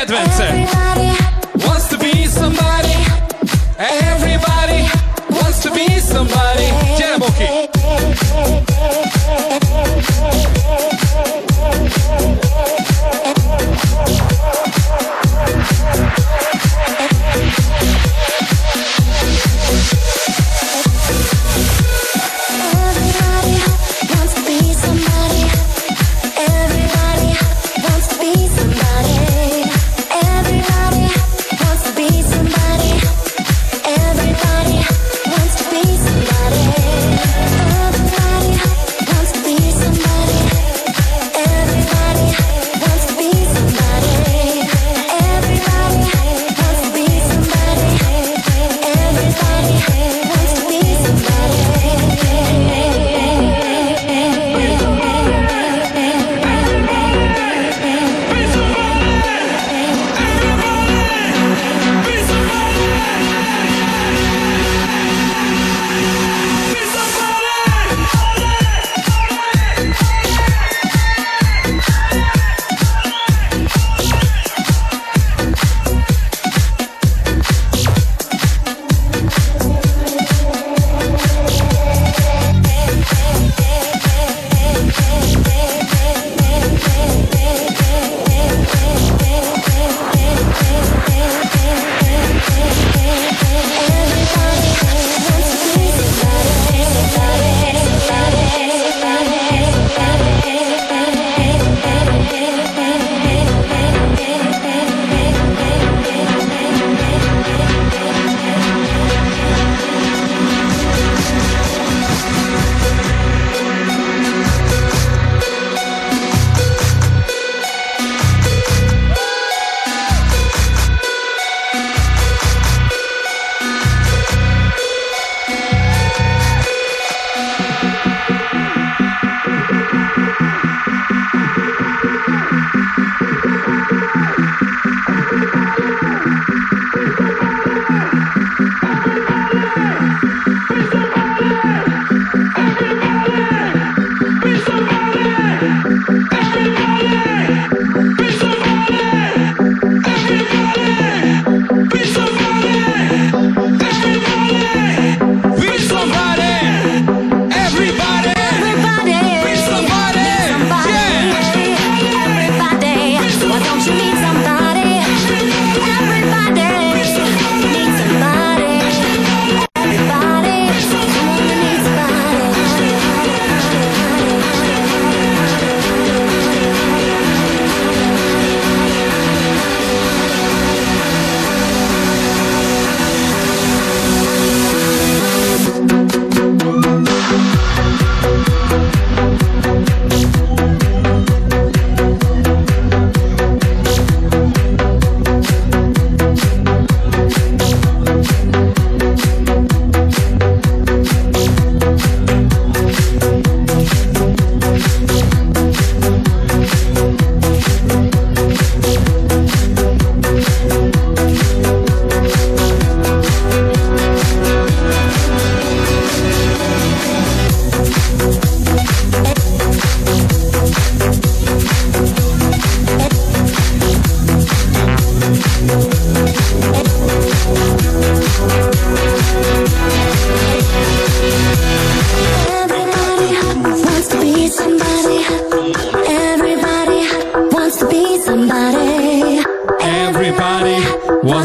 Wants to be somebody. Everybody wants to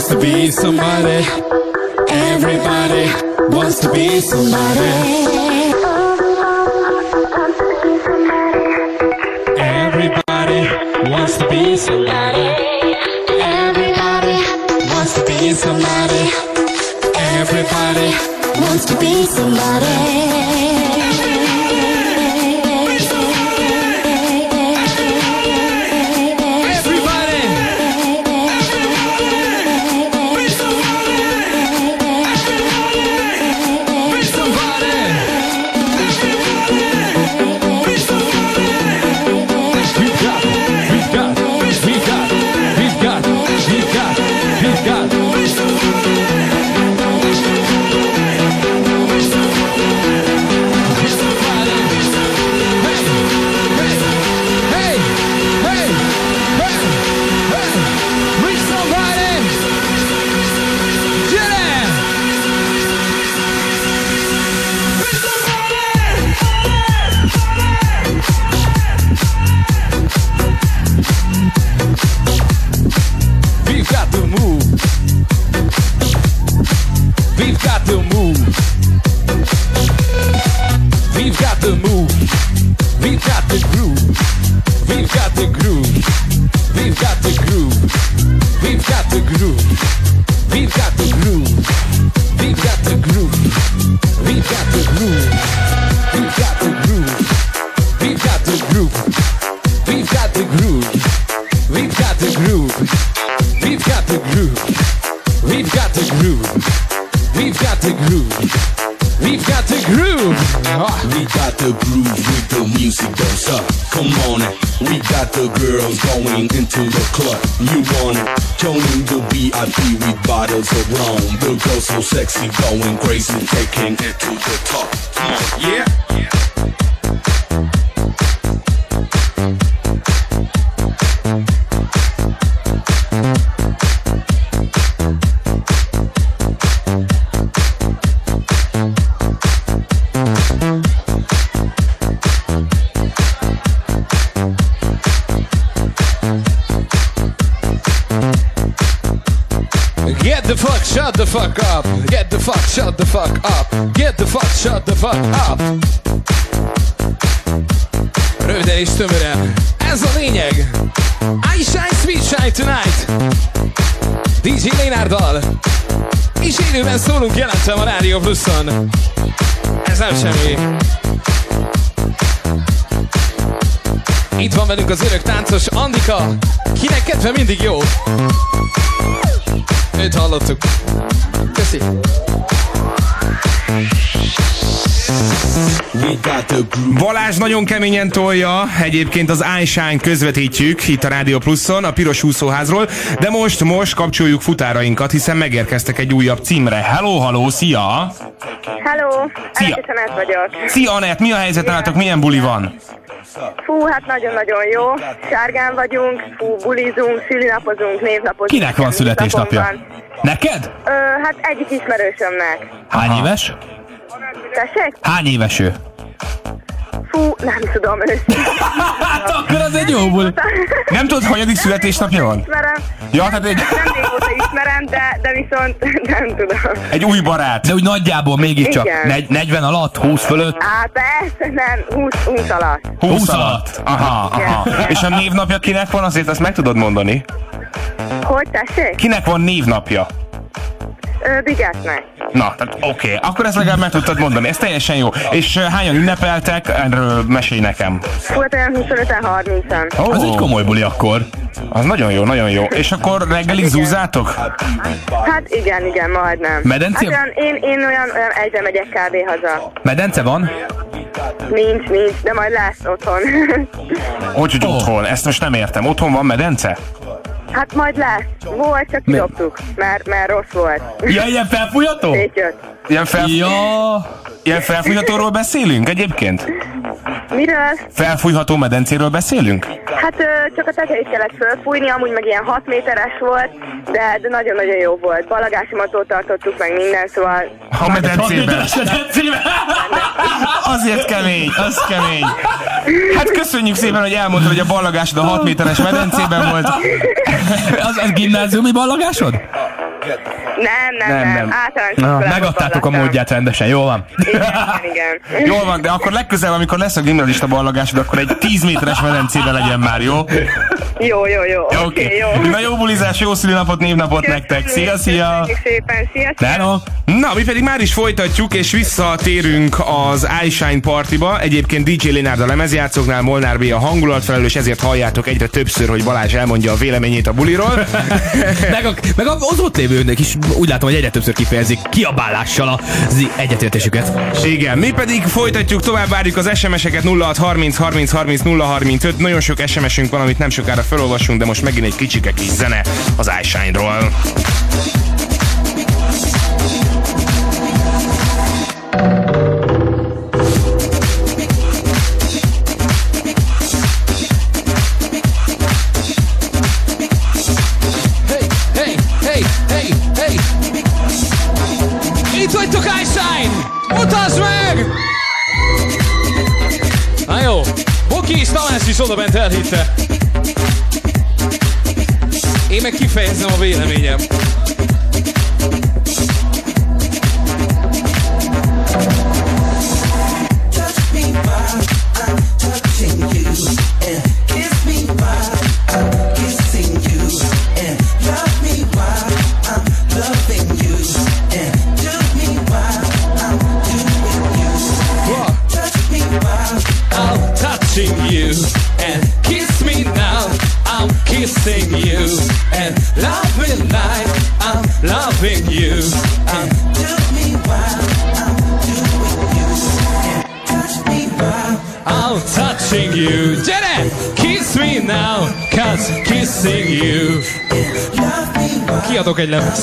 to be somebody. Everybody wants to be somebody. Everybody wants to be somebody. Everybody wants to be somebody. Everybody wants to be somebody. So sexy, going crazy, taking it to the top. Come on, yeah. Get the fuck, shut the fuck up. Get the fuck, shut the fuck up. Get the fuck, shut the fuck up. Röviden és tömören. Ez a lényeg. I shine, sweet shine tonight. dé dzsé Lénárdal. És élőben szólunk, jelentem a Rádió Pluszon. Ez nem semmi. Itt van velünk az örök táncos Andika, kinek kedve mindig jó. Őt hallottuk. Köszi. Balázs nagyon keményen tolja, egyébként az iShine közvetítjük itt a Rádió Pluszon, a piros úszóházról, de most, most kapcsoljuk futárainkat, hiszen megérkeztek egy újabb címre. Hello, hello, szia! Hello, szia. Anett vagyok. Szia, Anett, mi a helyzet nálatok, milyen buli van? Fú, hát nagyon-nagyon jó. Sárgán vagyunk, fú, bulizunk, szülinapozunk, névnapozunk. Kinek van születésnapja? Neked? Ö, hát egyik ismerősömnek. Hány éves? Tessék? Hány éves ő? Fú, nem tudom őszintén. Hát akkor az egy jó buli. Nem tudod, hanyadik születésnapja van? Ismerem. Ja, hát egy... Nem régóta ismerem, de, de viszont nem tudom. Egy új barát. De úgy nagyjából mégiscsak Igen. negyven alatt, húsz fölött? Á, persze, nem, húsz, húsz alatt. húsz alatt? Aha, aha. Igen. És a névnapja kinek van, azért azt meg tudod mondani? Hogy, tessék? Kinek van névnapja? Ö, Bigetnek. Na, tehát oké, okay. Akkor ezt legalább meg tudtad mondani, ez teljesen jó. És uh, hányan ünnepeltek? Erről mesélj nekem. Volt olyan huszonöten harmincan. Oh, az egy komoly buli akkor. Az nagyon jó, nagyon jó. És akkor reggelig zúzzátok? Hát igen, igen, majdnem. Medence? Hát olyan, én, én olyan, olyan egyre megyek kb. Haza. Medence van? Nincs, nincs, de majd lesz otthon. Hogy, hogy oh. Otthon? Ezt most nem értem. Otthon van medence? Hát majd lesz. Volt, csak kidobtuk, mert, mert rossz volt. Ja, ilyen felfújható? Szétjött. Ilyen, fel... ja. Ilyen felfújhatóról beszélünk egyébként? Miről? Felfújható medencéről beszélünk? Hát ö, csak a tetejét kellett fölfújni, amúgy meg ilyen hat méteres volt, de, de nagyon-nagyon jó volt. Balagásimattól tartottuk meg minden, szóval... A medencében. Azért kemény, az kemény. Hát köszönjük szépen, hogy elmondtad, hogy a ballagásod a hat méteres medencében volt. Az, az gimnáziumi ballagásod? Nem, nem, nem, nem. általános Na, iskolában megadtátok a ballattam. módját rendesen, jól van? Igen, igen. Jól van, de akkor legközelebb, amikor lesz a gimnazista ballagásod, akkor egy tíz méteres medencébe legyen már, jó? Jó, jó, jó. Oké, Oké. okay, jó. Na, jó bulizás, jó szülinapot, névnapot nektek. Szia, szia! Köszönjük szépen, szia, szia. Hello. Na, mi pedig már is folytatjuk, és visszatérünk az iShine Partiba. Egyébként dé dzsé Lénárd a lemezjátszóknál, Molnár B a hangulatfelelős, ezért halljátok egyre többször, hogy Balázs elmondja a véleményét a buliról. meg, a, meg az ott lévőnek is úgy látom, hogy egyre többször kifejezik kiabálással az egyetértésüket. Igen, mi pedig folytatjuk, tovább várjuk az es em eseket nulla hat harminc harminc harminc nulla harmincöt. Nagyon sok es em esünk van, amit nem sokára felolvasunk, de most megint egy kicsike kis zene az iShine-ról. Itt vagytok, iShine! Mutasd meg! Na jó, Boki és Tamás is odabent elhitte. Én meg kifejezem a véleményem. You and kiss me now. I'm kissing you and love me like I'm loving you. And do me while I'm doing you and touch me while I'm touching you. Gyere! Kiss me now, cause kissing you. Kiadok egy lemezt.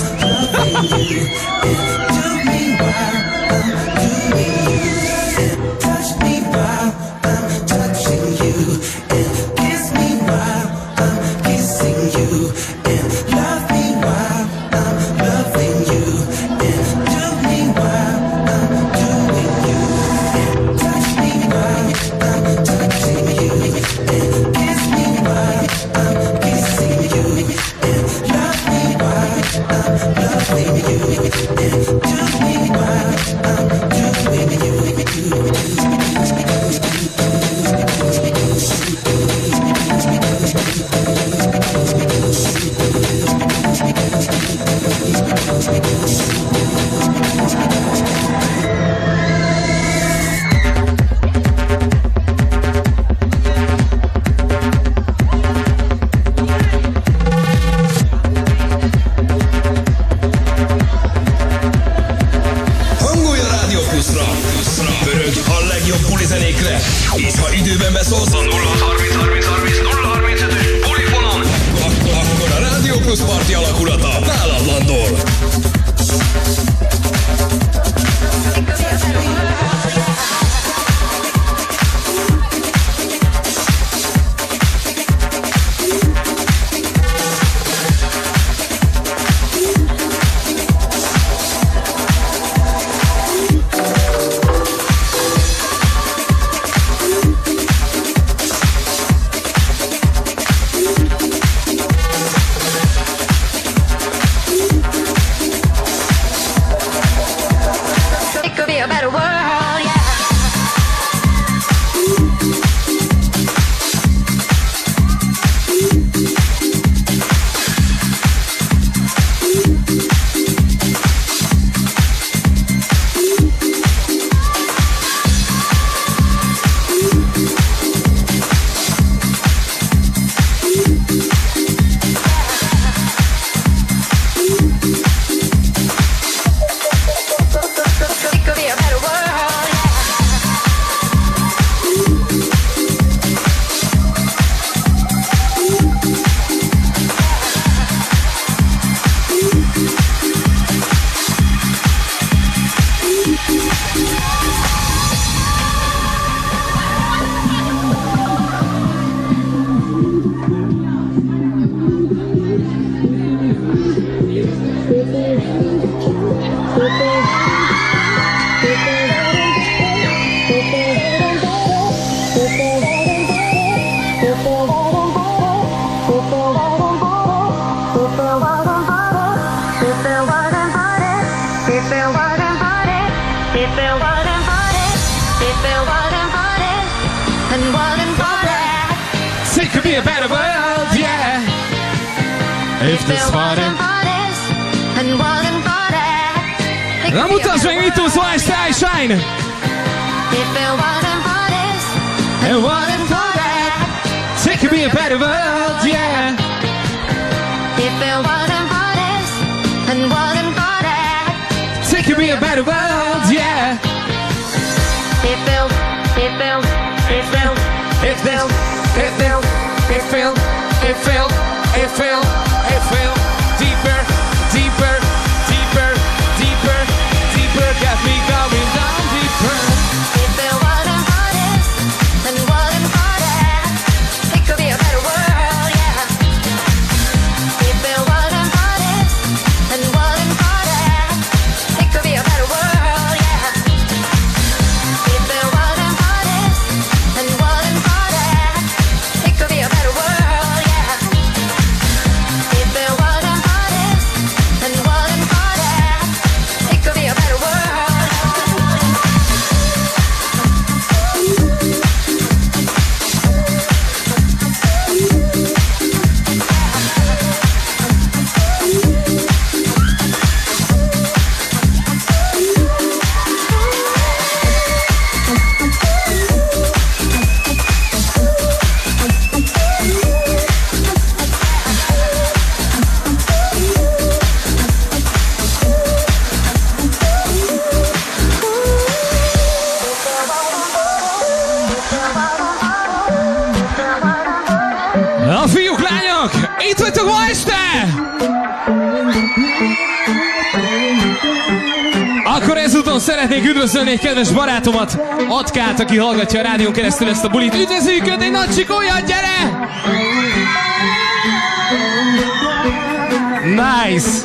a better world, yeah. If this wasn't and wasn't for that. Na mutasd meg, mit tudsz ma este, I Shine! If it wasn't for this and wasn't for that, it could be a better world, yeah. If it wasn't for this and wasn't for that, it could be a better world, yeah. It felt, it felt, it felt, it felt, it felt, it felt, it felt, it felt, it felt deeper, deeper, deeper, deeper, deeper, got me going down deeper. If it wasn't for this and wasn't for that, it could be a better world, yeah. If it wasn't for this and wasn't for that, it could be a better world, yeah. If it wasn't for this and wasn't for that, it could be a better world, yeah. If it wasn't for this and wasn't for that, it could be a better world. Na fiúk, lányok, itt vagytok ma este! Akkor ezúton szeretnék üdvözölni egy kedves barátomat, Atkát, aki hallgatja a rádión keresztül ezt a bulit. Üdvözlőjük őt, egy nagy csikójat, gyere! Nice!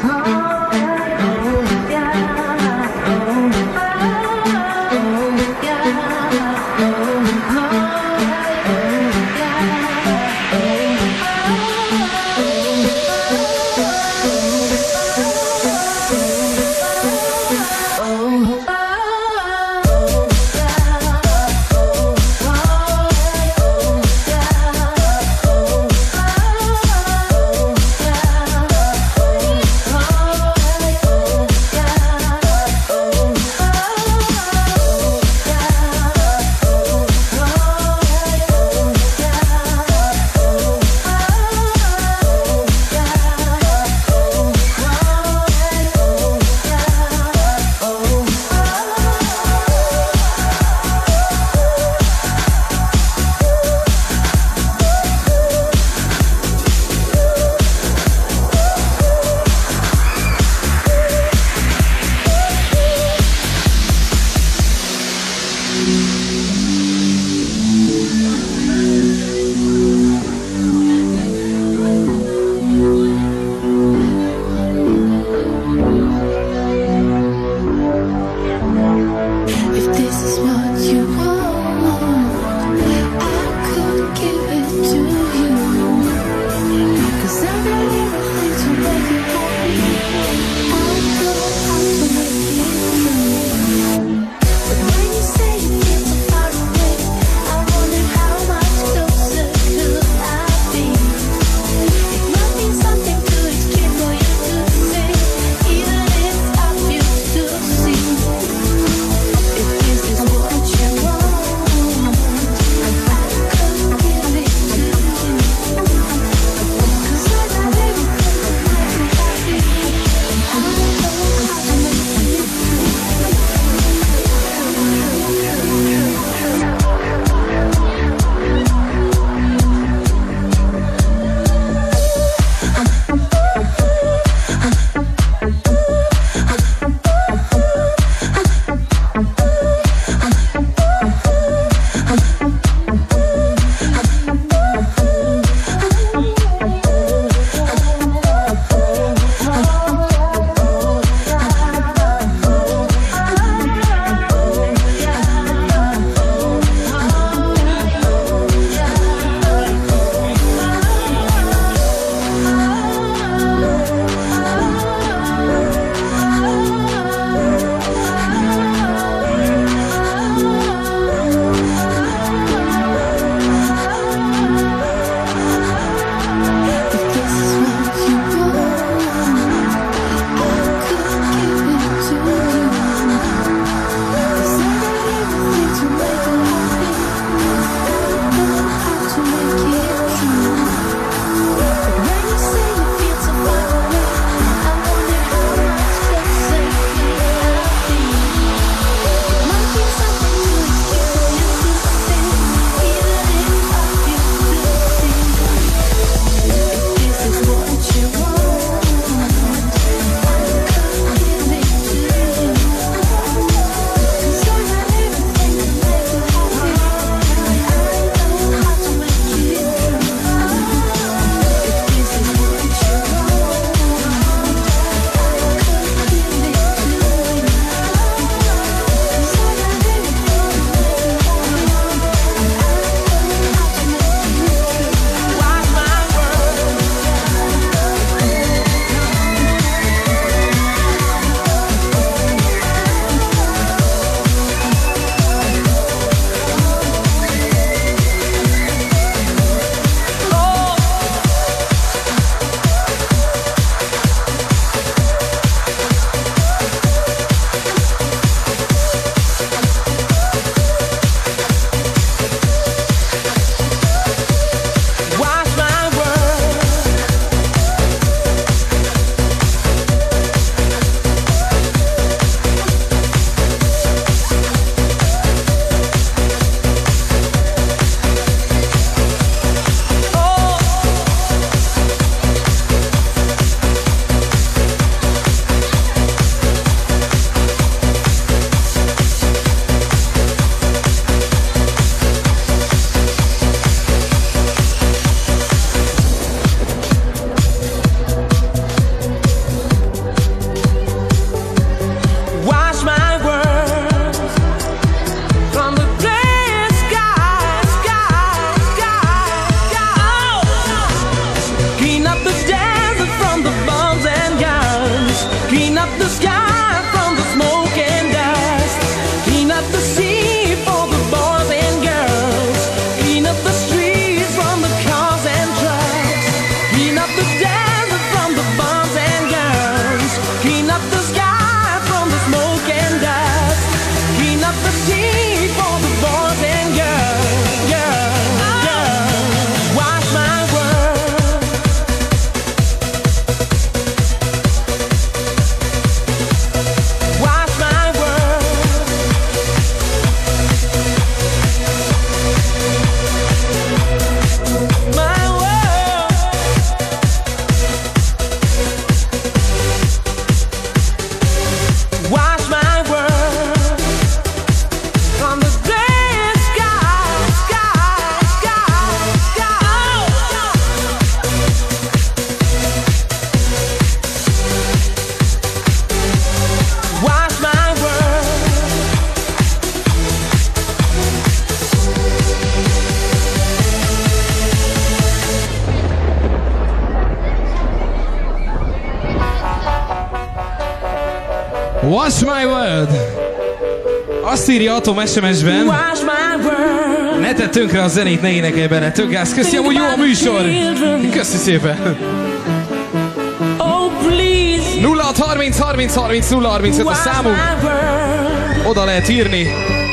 Watch my world. Azt írja Atom es em es-ben. Ne tedd tönkre a zenét, ne énekelj benne. Tök gáz. Köszi, amúgy jó a műsor. Köszi szépen. nulla hat harminc harminc harminc nulla harmincöt a számunk. Oda lehet írni.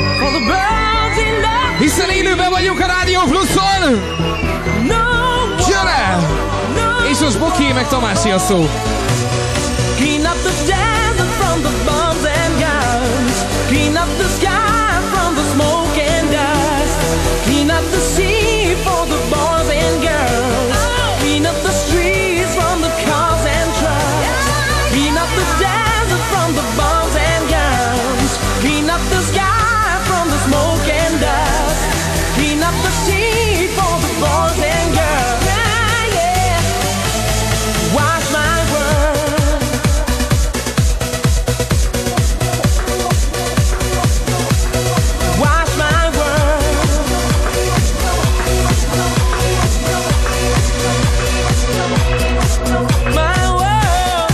Hiszen élőben vagyunk a Rádió Pluszon. Gyere! És most Boki meg Tamási a szó. Clean up the desert from the bombs and guns. Clean up the sky from the smoke and dust. Clean up the sea for the boys and girls. Clean up the streets from the cars and trucks. Clean up the desert from the bombs and guns. Clean up the sky from the smoke and dust. Clean up the sea for the boys and girls. Yeah, yeah. Watch my world. Watch my world. My world.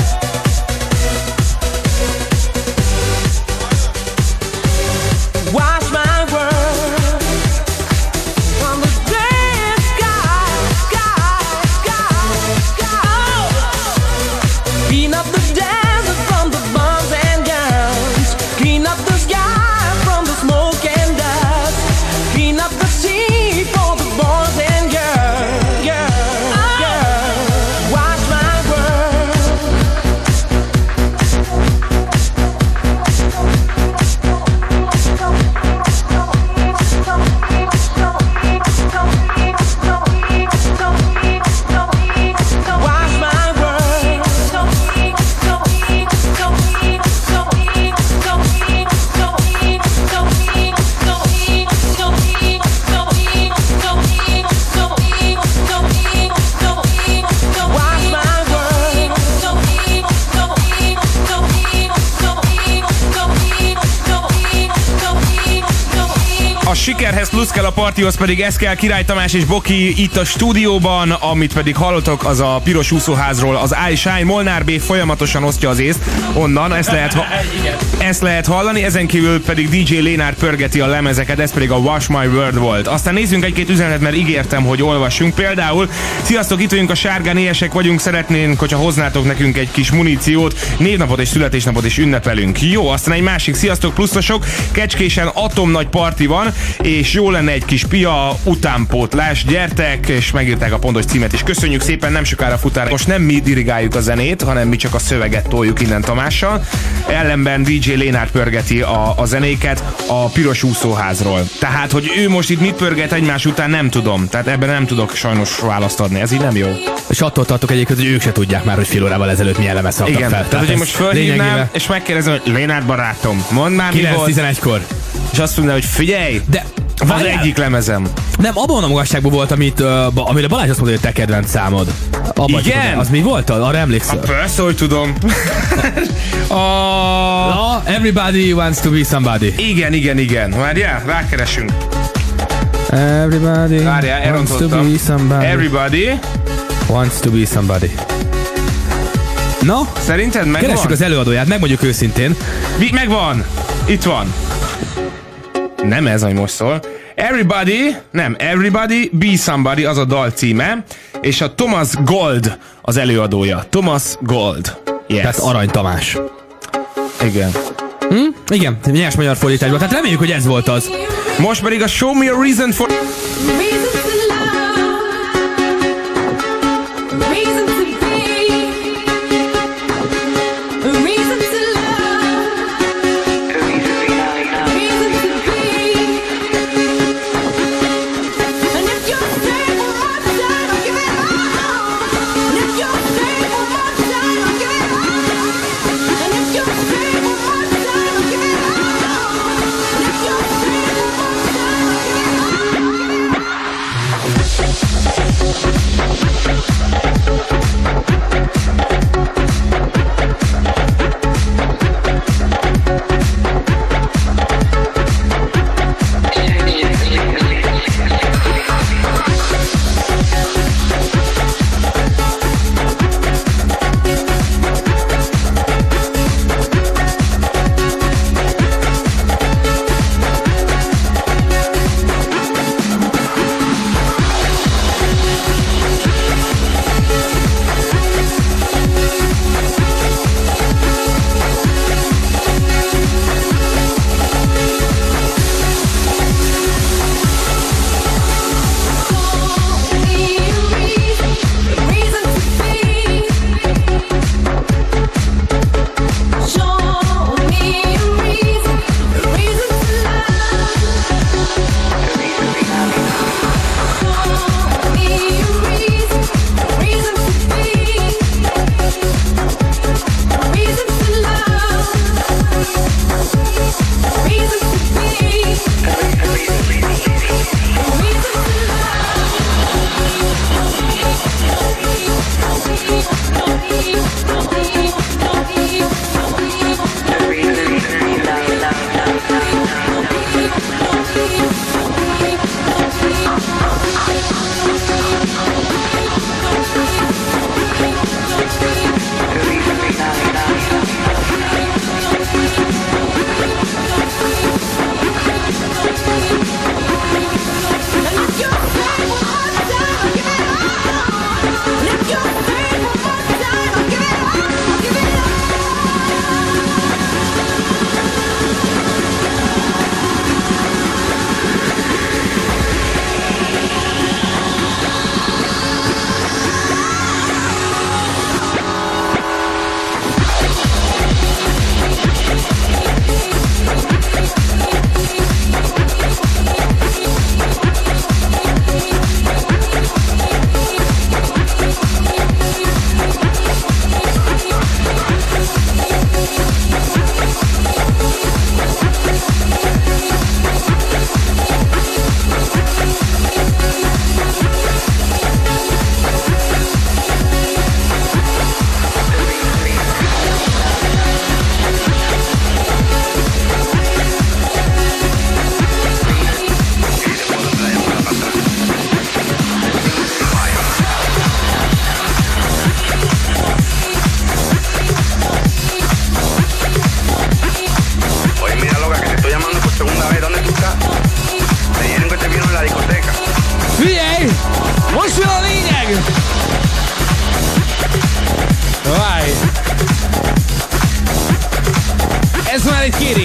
Watch my world. From the grand sky, sky, sky, sky. Clean up the desert from the bombs and guns. Clean up the sky from the smoke and dust. Clean up the sea for the boys and girls. Girls, girls. Watch my world. Watch my world. Watch my world. A sikerhez plusz kell, a partihoz pedig ez kell. Király Tamás és Boki itt a stúdióban, amit pedig hallotok, az a piros úszóházról az I Shine. Molnár B folyamatosan osztja az észt onnan, ezt lehet, ha- ezt lehet hallani, ezen kívül pedig dé dzsé Lénár pörgeti a lemezeket, ez pedig a Watch My World volt. Aztán nézzünk egy-két üzenetet, mert ígértem, hogy olvassunk. Például, sziasztok, itt vagyunk a Sárgán, éhesek vagyunk, szeretnénk, hogyha hoznátok nekünk egy kis muníciót, névnapot és születésnapot is ünnepelünk. Jó, aztán egy másik, sziasztok pluszosok, Kecskésen atomnagy parti van, és jó lenne egy kis pia utánpótlás, gyertek, és megírták a pontos címet is. Köszönjük szépen, nem sokára futár. Most nem mi dirigáljuk a zenét, hanem mi csak a szöveget toljuk innen Tamással. Ellenben dé dzsé Lénár pörgeti a, a zenéket a piros úszóházról. Tehát, hogy ő most itt mit pörget egymás után, nem tudom. Tehát ebben nem tudok sajnos választ adni, ez így nem jó. És attól tartok egyébként, hogy ők se tudják már, hogy fél órával ezelőtt milyen lemez raktak Igen, fel. tehát, tehát hogy én most fölhívnám, lényegében... és megkérdezem, hogy Lénár barátom, mondd már mi volt. kilenc tizenegykor. És azt mondja, hogy figyelj, de az várjál. egyik lemezem. Nem, abban a magasságban volt, amit, uh, amire Balázs azt mondta, hogy te kedvenc számod. Abban Igen? Csak, az mi volt? Arra emlékszel? A persze, hogy tudom. a... No, everybody wants to be somebody. Igen, igen, igen. Várjál, rákeresünk. Everybody Várjál, wants to elrontottam. be somebody. Everybody wants to be somebody. No? Szerinted megvan? Keressük az előadóját, megmondjuk őszintén. Mi, megvan! Itt van. Nem ez, ami most szól. Everybody, nem, Everybody Be Somebody, az a dal címe, és a Thomas Gold az előadója. Thomas Gold. Yes. Tehát Arany Tamás. Igen. Hm? Igen, nyers magyar fordításban. Tehát reméljük, hogy ez volt az. Most pedig a Show Me a Reason for...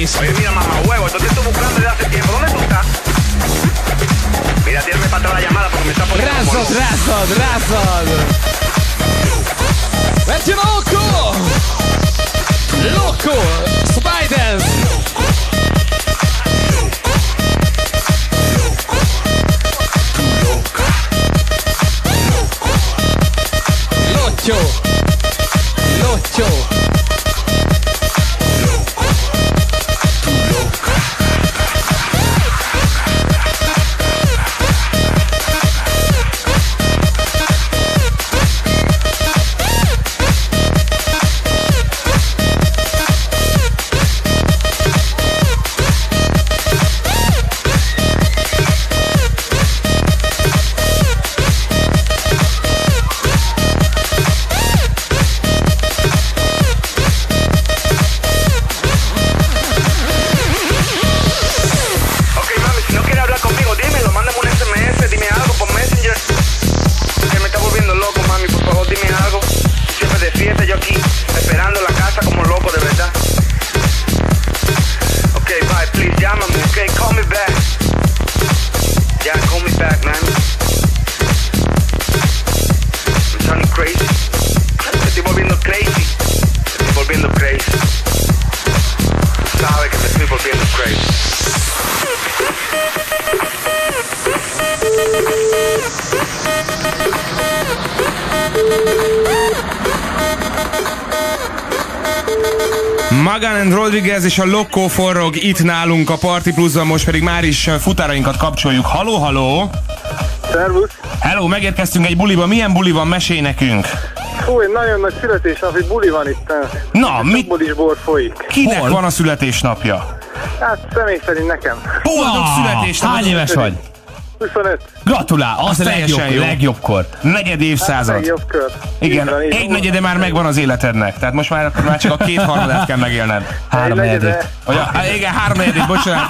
Peace. Oye, mira, mamá huevo, esto te estoy buscando desde hace tiempo. ¿Dónde tú estás? Mira, tírame para atrás la llamada porque me está poniendo Razod, como- razod, razod. Metti loco! Loco! Spiders! Locchio! Locchio! Ok, mami, si no quieres hablar conmigo, dímelo, mándame un S M S, dime algo por Messenger. Que me está volviendo loco, mami, por favor, dime algo. Siempre de fiesta, yo aquí, esperando la casa como loco, de verdad. Ok, bye, please, llámame, ok, call me back. Ya, call me back, man. I'm turning crazy. Me estoy volviendo crazy. Me estoy volviendo crazy. Tú sabes que me estoy volviendo crazy. Magan and Rodriguez és a Loco forrog itt nálunk a Party Plus-ban, most pedig már is futárainkat kapcsoljuk. Haló, haló! Szervusz! Hello, megérkeztünk egy buliba. Milyen buli van? Mesélj nekünk! Fú, egy nagyon nagy születésnapi buli van itt. Na, mit? is bor folyik. Kinek Hol? van a születésnapja? Hát személy szerint nekem. Boldog Ah, születésnapot! hány éves vagy? huszonöt. Gratulál, az a legjobb, teljesen jó. legjobbkor. Negyed évszázad. Hát, legjobb kör. Igen, Így van, így egy van. negyede már megvan az életednek, tehát most már, már csak a két harmadát kell megélned. Három negyedét. Ja, igen, három negyedét, bocsánat.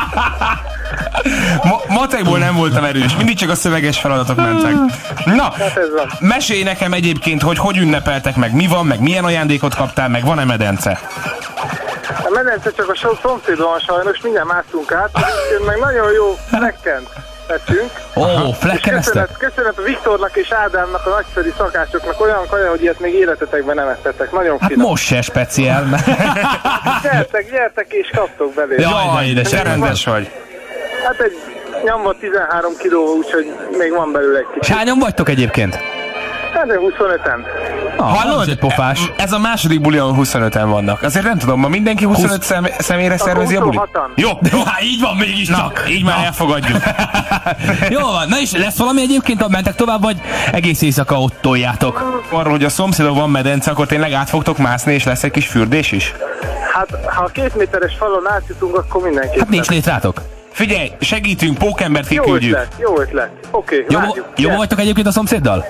Ma- matekból nem voltam erős, mindig csak a szöveges feladatok mentek. Na, Hát ez van. mesélj nekem egyébként, hogy hogy ünnepeltek meg, mi van, meg milyen ajándékot kaptál, meg van-e medence? A medence csak a so- szomszédban van sajnos, mindjárt másztunk át, és meg nagyon jó flekkent tettünk. Ó, És flekkeneztek? köszönet, köszönet a Viktornak és Ádámnak, a nagyszerű szakácsoknak, olyan kaja, hogy ilyet még életetekben nem ettetek. Nagyon Hát finom. most se speciál. Gyertek, gyertek és kaptok belőle. Jaj, de édesem. Rendes vagy. Hát egy nyomva tizenhárom kiló, úgyhogy még van belőle egy kicsit. És hányan vagytok egyébként? Hát de huszonöten. Ah, Hallod? az egy pofás. Ez a második buli, ahol huszonöten vannak. Azért nem tudom, ma mindenki huszonöt szem- személyre szervezi a bulit? huszonhatan. Jó, Jó, hát így van mégiscsak. így már elfogadjuk. Jó van, na és lesz valami egyébként, ha mentek tovább, vagy egész éjszaka ott toljátok? Arról, hogy a szomszédon van medence, akkor tényleg át fogtok mászni, és lesz egy kis fürdés is? Hát, ha a két méteres falon átjutunk, akkor mindenképpen. Hát nincs létrátok. Figyelj, segítünk, pókembert Jó kiküldjük. ötlet, jó ötlet. Oké, Jó, várjuk. jó Gyere. vagytok egyébként a szomszéddal?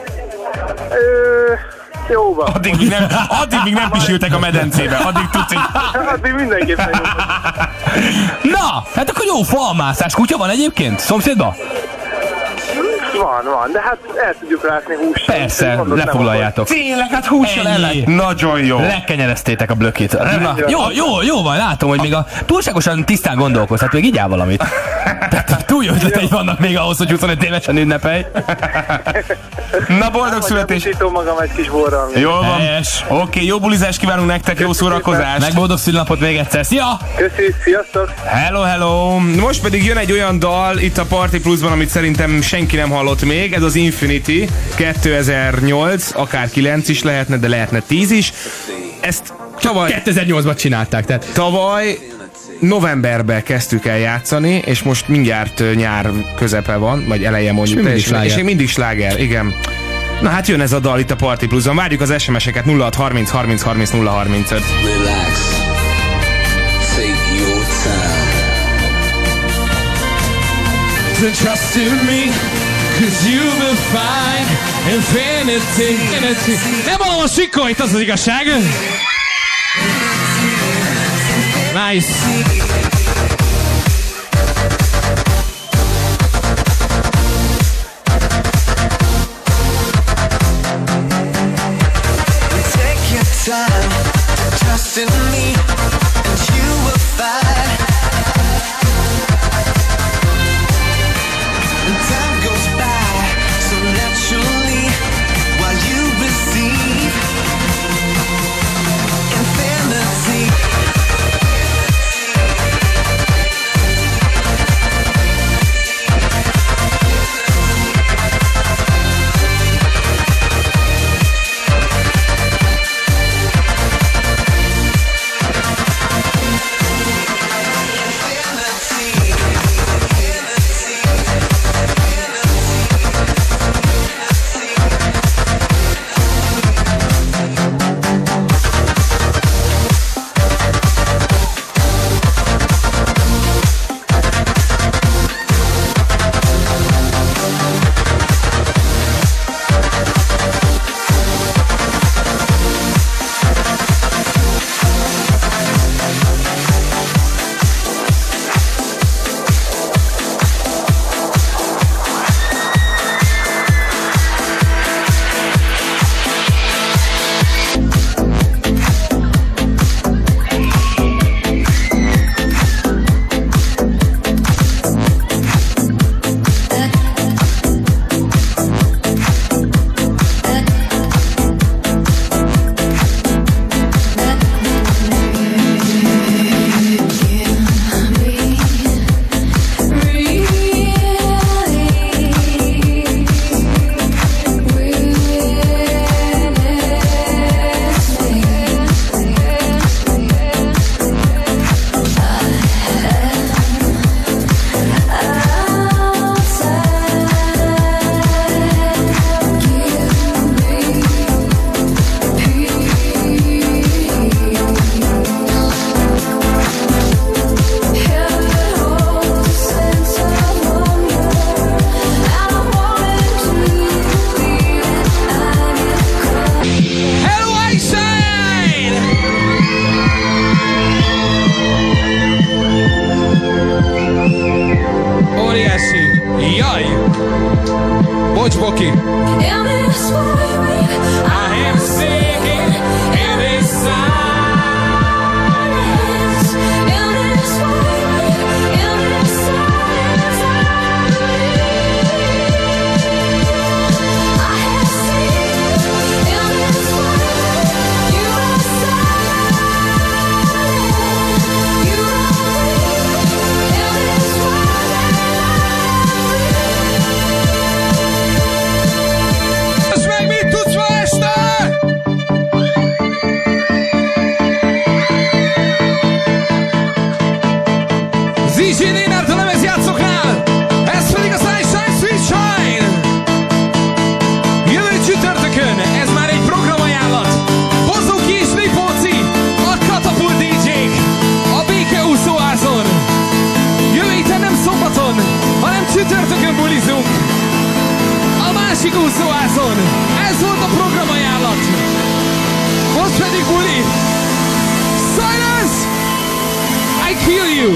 Ö, jó van. Addig még nem, addig még nem pisültek a medencébe, addig tudsz, hogy... Addig mindenképpen jó. Na, hát akkor jó falmászás. Kutya van egyébként? Szomszédban? Van, van, de hát el tudjuk látni hússal. Persze, Mondod, nem lefoglaljátok. Tényleg, hát hússal Ennyi. ellen. Nagyon jó. Lekenyereztétek a blökét. Na, jó, jó, jó van, látom, hogy még a túlságosan tisztán gondolkozz, hát még így áll valamit. Tehát túl jó ötletei vannak még ahhoz, hogy huszonöt évesen ünnepelj. Na, boldog születés. Megmutítom magam egy kis borral. Jól van. Helyes. Oké, jó bulizást kívánunk nektek, jó szórakozást. Meg boldog szülnapot még egyszer. Szia! Köszi, sziasztok! Hello, hello! Most pedig jön egy olyan dal itt a Party Plus-ban, amit szerintem senki nem hallott még. Ez az Infinity kétezer-nyolc, akár kilenc is lehetne, de lehetne tíz is. Ezt tavaly... kétezer-nyolcban csinálták, tehát... Tavaly novemberben kezdtük el játszani, és most mindjárt nyár közepe van, vagy eleje mondjuk. És mindig teljesen- sláger. és még mindig sláger, igen. Na hát jön ez a dal itt a Party Plus-on. Várjuk az es em es-eket nulla hat harminc harminc harminc nulla harmincöt. Relax. Take your time. Trust in me, cause you will find infinity. infinity. Nem valahol sikol, itt az az igazság. Nice. Take your time, trust in me, and you will find Bocs, Boki. I am singing in this silence. In this silence, in this silence, I have seen in this silence. You are silent. You are in this silence. Meg mit tudsz ma este? zé gé Lénárt a lemezjátszóknál, ez pedig az I Shine, Sweet Shine. Jövő csütörtökön, ez már egy programajánlat. Bozzóki és Lipóci, a Katapult dé jék, a Békeúszóházon. Jövő héten nem szombaton, hanem csütörtökön bulizunk. A másik úszóházon. Ez volt a programajánlat. Most pedig buli. Silence! I kill you!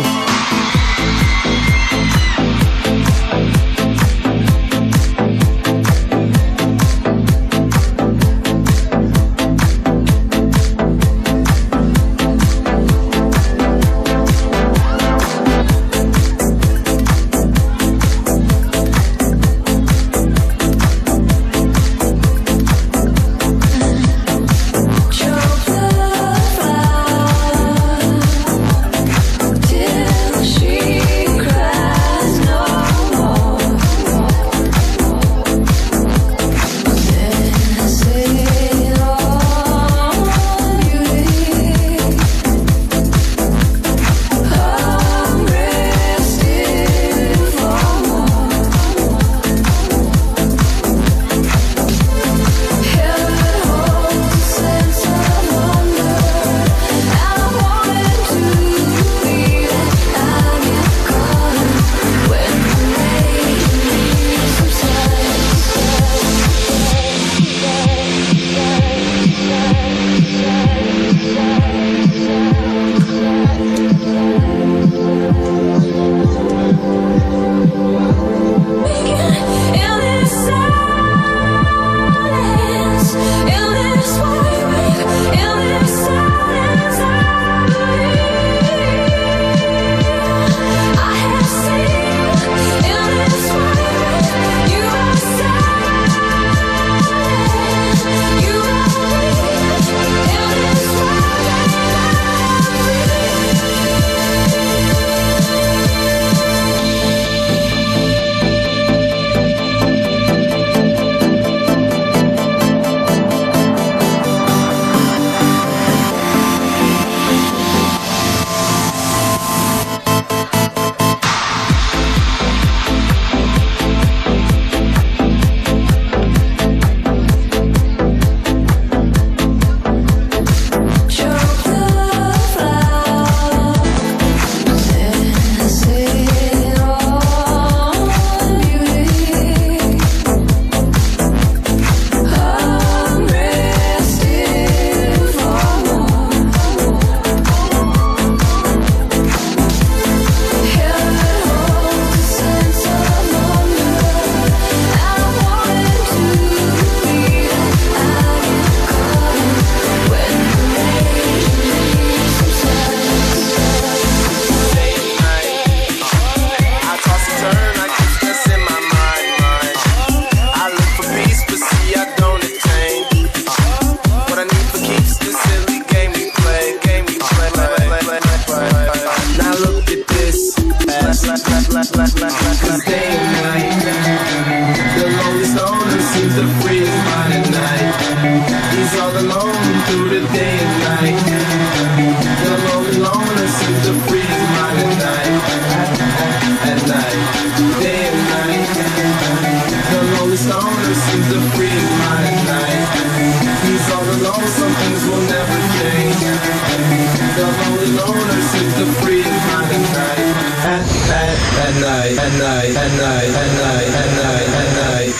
night, at night, at night, at night, at night, at night.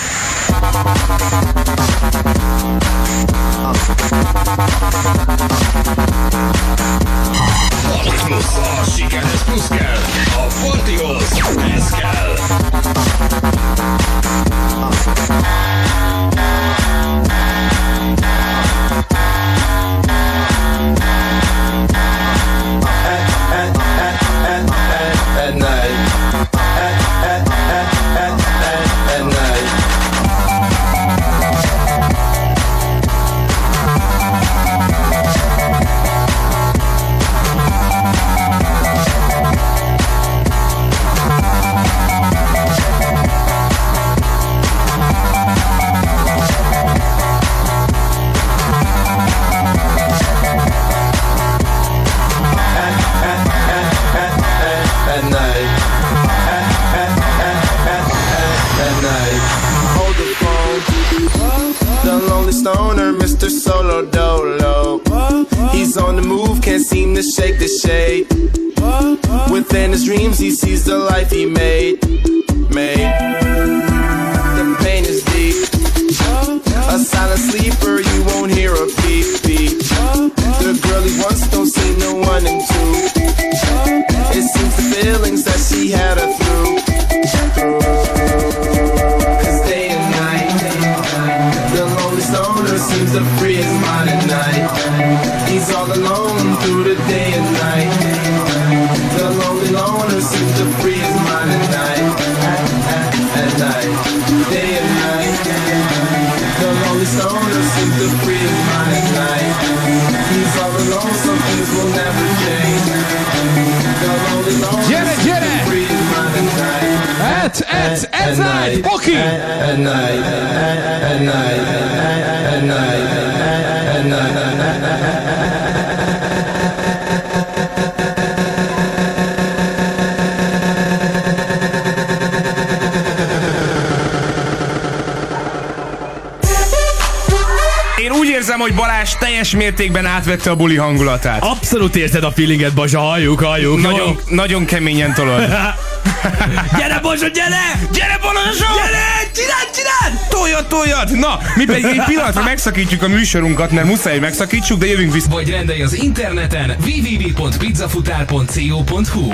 Party plusz, a sikerhez plusz kell, a partihoz ez kell. stoner, Mister Solo Dolo. He's on the move, can't seem to shake the shade. Within his dreams, he sees the life he made. Made. The pain is deep. A silent sleeper, you won't hear a beep beep. The girl he wants don't see no one in two. It seems the feelings that she had her through. Cause day and night, the lonely stoner seems to free his mind at night. He's all alone through the day and night. The lonely loner seems to free his mind at night. At, at, at night, day and night. The lonely stoner seems to free his mind at night. He's all alone, some things will never change. The lonely loner Gyere, seems gyere! to free his mind at night. Et, et, et night, Boki! At night, at night, at night, at night. Érzem, hogy Balázs teljes mértékben átvette a buli hangulatát. Abszolút érzed a feelinget, Bazsa, halljuk, halljuk. Nagyon, nagyon keményen tolod. Gyere, Bazsa, gyere! Gyere, Balázsa! Gyere! Csináld, csináld! Toljad, toljad! Na, mi pedig egy pillanatra megszakítjuk a műsorunkat, mert muszáj, hogy megszakítsuk, de jövünk vissza. Vagy rendelj az interneten double-u double-u double-u pont pizzafutár pont co pont hu.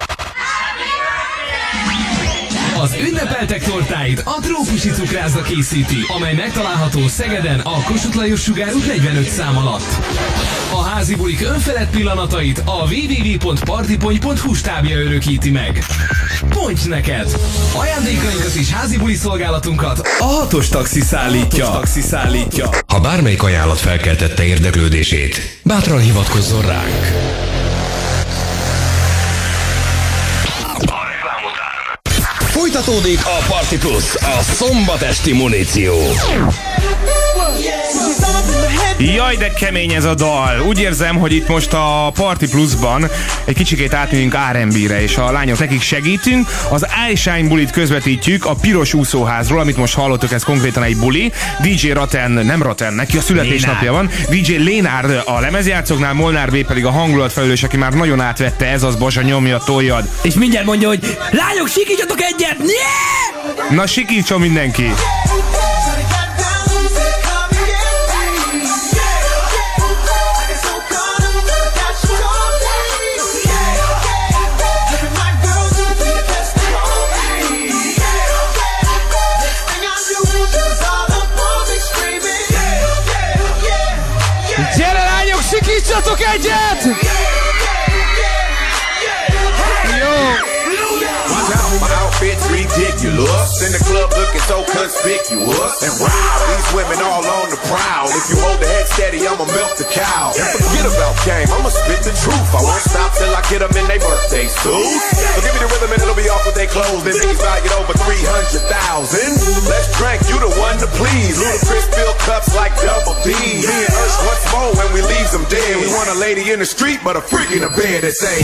Az ünnepeltek tortáit a Trópusi Cukrászda készíti, amely megtalálható Szegeden a Kossuth Lajos sugárút negyvenöt szám alatt. A házi bulik önfelett pillanatait a double-u double-u double-u pont partypony pont hu stábja örökíti meg. Ponty neked! Ajándékainkat és házi buli szolgálatunkat A hatos taxi szállítja. Hatos taxi szállítja. Ha bármelyik ajánlat felkeltette érdeklődését, bátran hivatkozzon ránk. Folytatódik a Party Plus, a szombat esti muníció. Jaj, de kemény ez a dal. Úgy érzem, hogy itt most a Party Plus-ban egy kicsikét átmegyünk er and bé-re, és a lányok nekik segítünk. Az iShine bulit közvetítjük a Piros úszóházról, amit most hallottok, ez konkrétan egy buli. dé dzsé Raten, nem Raten, neki a születésnapja van. dé dzsé Lénárd a lemezjátszóknál, Molnár B pedig a hangulatfelelős, aki már nagyon átvette, ez az, Bazsa, nyomja, toljad. És mindjárt mondja, hogy lányok, sikítsatok egyet! Yeah! Na, sikítson mindenki! Gyere, lányok, sikítsatok egyet! Jó! My outfit's ridiculous. In the club looking so conspicuous. And wow, these women all on the prowl. If you hold the head steady, I'ma milk the cow. And forget about game, I'ma spit the truth. I won't stop till I get them in their birthday suits. So give me the rhythm and it'll be off with their clothes. Then these valued over three hundred thousand. Let's drink, you the one to please. Ludacris fill cups like double D. Me and Ursh once more when we leave them dead. We want a lady in the street, but a freak in the bed that say,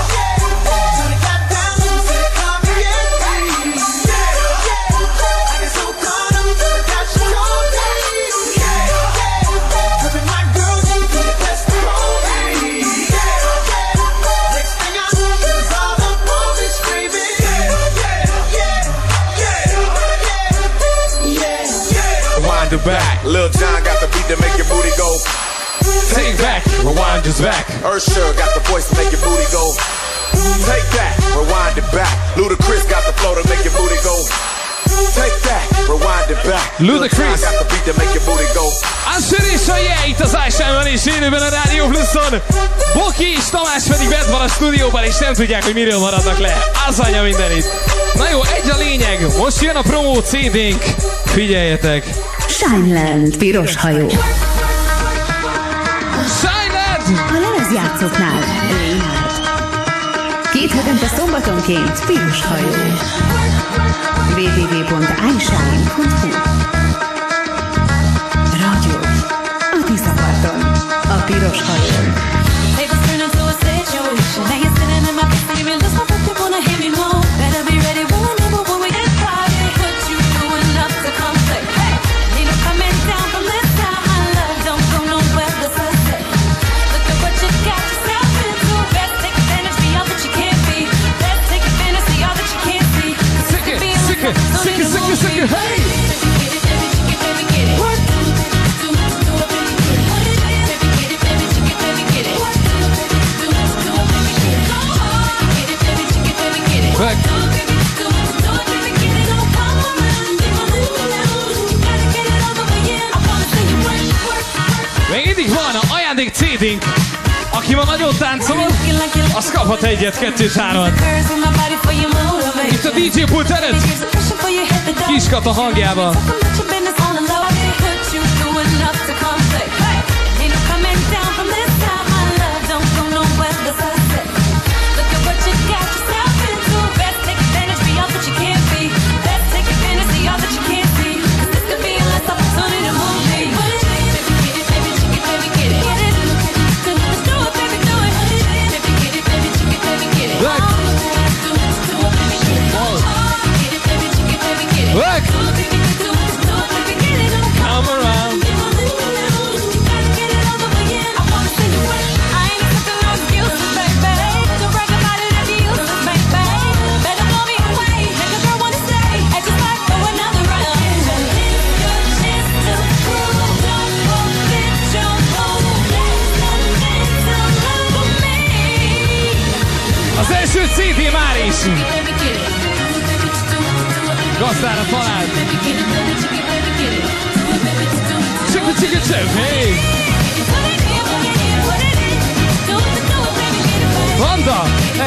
back. Lil Jon got the beat to make your booty go. Take back, rewind is back. Usher got the voice to make your booty go. Take that, rewind it back. Ludacris got the flow to make your booty go. Take that, rewind it back. Ludacris got the beat to make your booty go. Usher és a yeah, itt az iShine-ban és élőben a Rádió Pluszon. Boki és Tamás pedig bent van a stúdióban, és nem tudják, hogy miről maradnak le. Az anya mindenit. Na jó, egy a lényeg. Most jön a promó cé dé-nk. Figyeljetek. Shineland, piros hajó. Shineland! A lemezjátszóknál Lénárd. Két hetente szombatonként piros hajó. double-u double-u double-u pont i shine pont hu. Ragyog a Tiszaparton. A piros hajó. Szökő, szökő, hey! Back. Még mindig van a ajándék cé dé-nk. Aki ma nagyon táncol, az kaphat egyet, kettőt, hármat. Itt a dé dzsé pult előtt Kiskata hangjával. Look! Come around. Az első cé dé már is! Gazdára talált! Csika, csika, csika, hey! Vanda!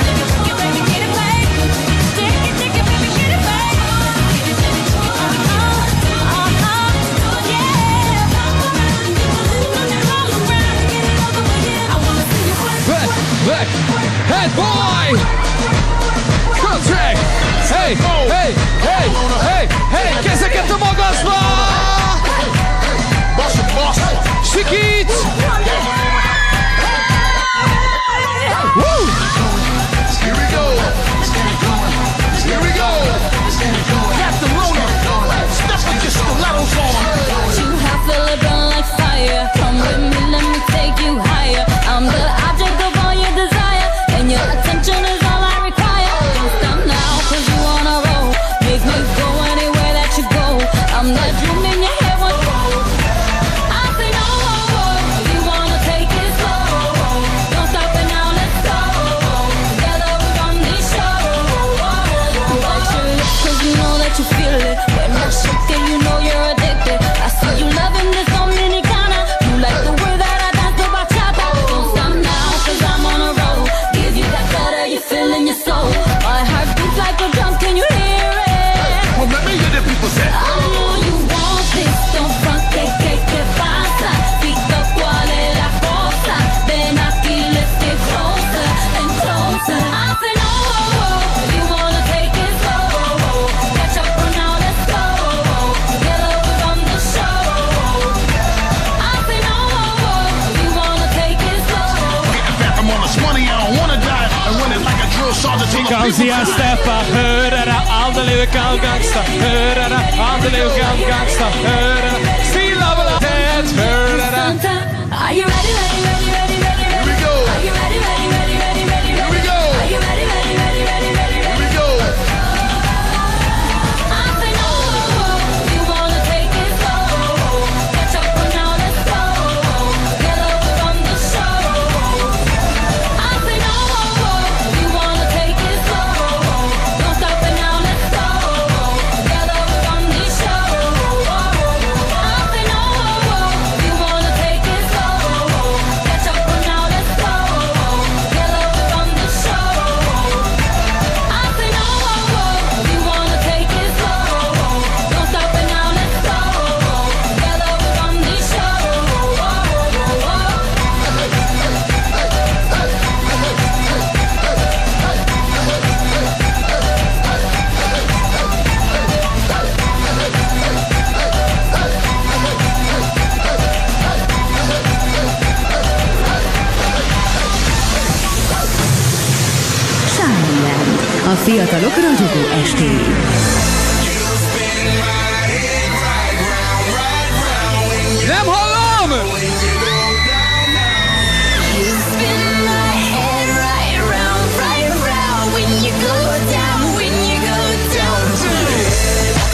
Back, back, head boy! Contract! Hey, hey, hey, hey, hey, kezeket a magasba! Sikít! Woo! Here we go! Here we go! Captain Luna! Step with your stilettos on! You have feel it burn like fire. Come with me, let me take you higher. I'm the object of all your desire, and your attention is all I require. Don't stop now, cause you on a roll. Make me go anywhere that you go. I'm that dream in your head one I say no, you wanna take it slow. Don't stop it now, let's go. Together we run this show. Bite your lip cause you know that you feel it. When I shake it, you know you're addicted. I see you loving this Dominicana. You like the way that I dance the bachata. Don't stop now cause I'm on a roll. Give you that butter, you feel in your soul. My heart beats like a drum, can you hear it? Well, let me hear the people say. I know you want this, don't front que que que pasa. Pick up cuál es la cosa. Ven aquí, let's get closer and closer. I say no, you wanna take it slow. Catch up for now, let's go. Together we run the show. I say no, you wanna take it slow. Getting back, I'm on this money, I don't wanna die. I run it like a drill sergeant till the Comes people here, say. step up, hörara, all the lyrical gangsta, hörara, all the lyrical gangsta, hörara, still love the head, hörara. Are you ready, ready, ready, ready, ready, ready? Here we go. Are you ready, ready, ready, ready, ready? Here we go. Are you ready, ready, ready, ready, ready? Here we go. I say no, you wanna take it slow. Catch up for now, let's go. Together we run the show. I say no, you wanna take it slow. Don't stop it now, let's go. Together we run the show. I say no, you wanna take it slow. Catch up for now, let's go. Together we run the show. I say no, you wanna take it slow. Don't stop it now, let's go. Together we run the show. Shineland, a fiatalok ragyogó estély. Nem hallom! You spin my head right round, right round when you go down, when you go down. Walk out the house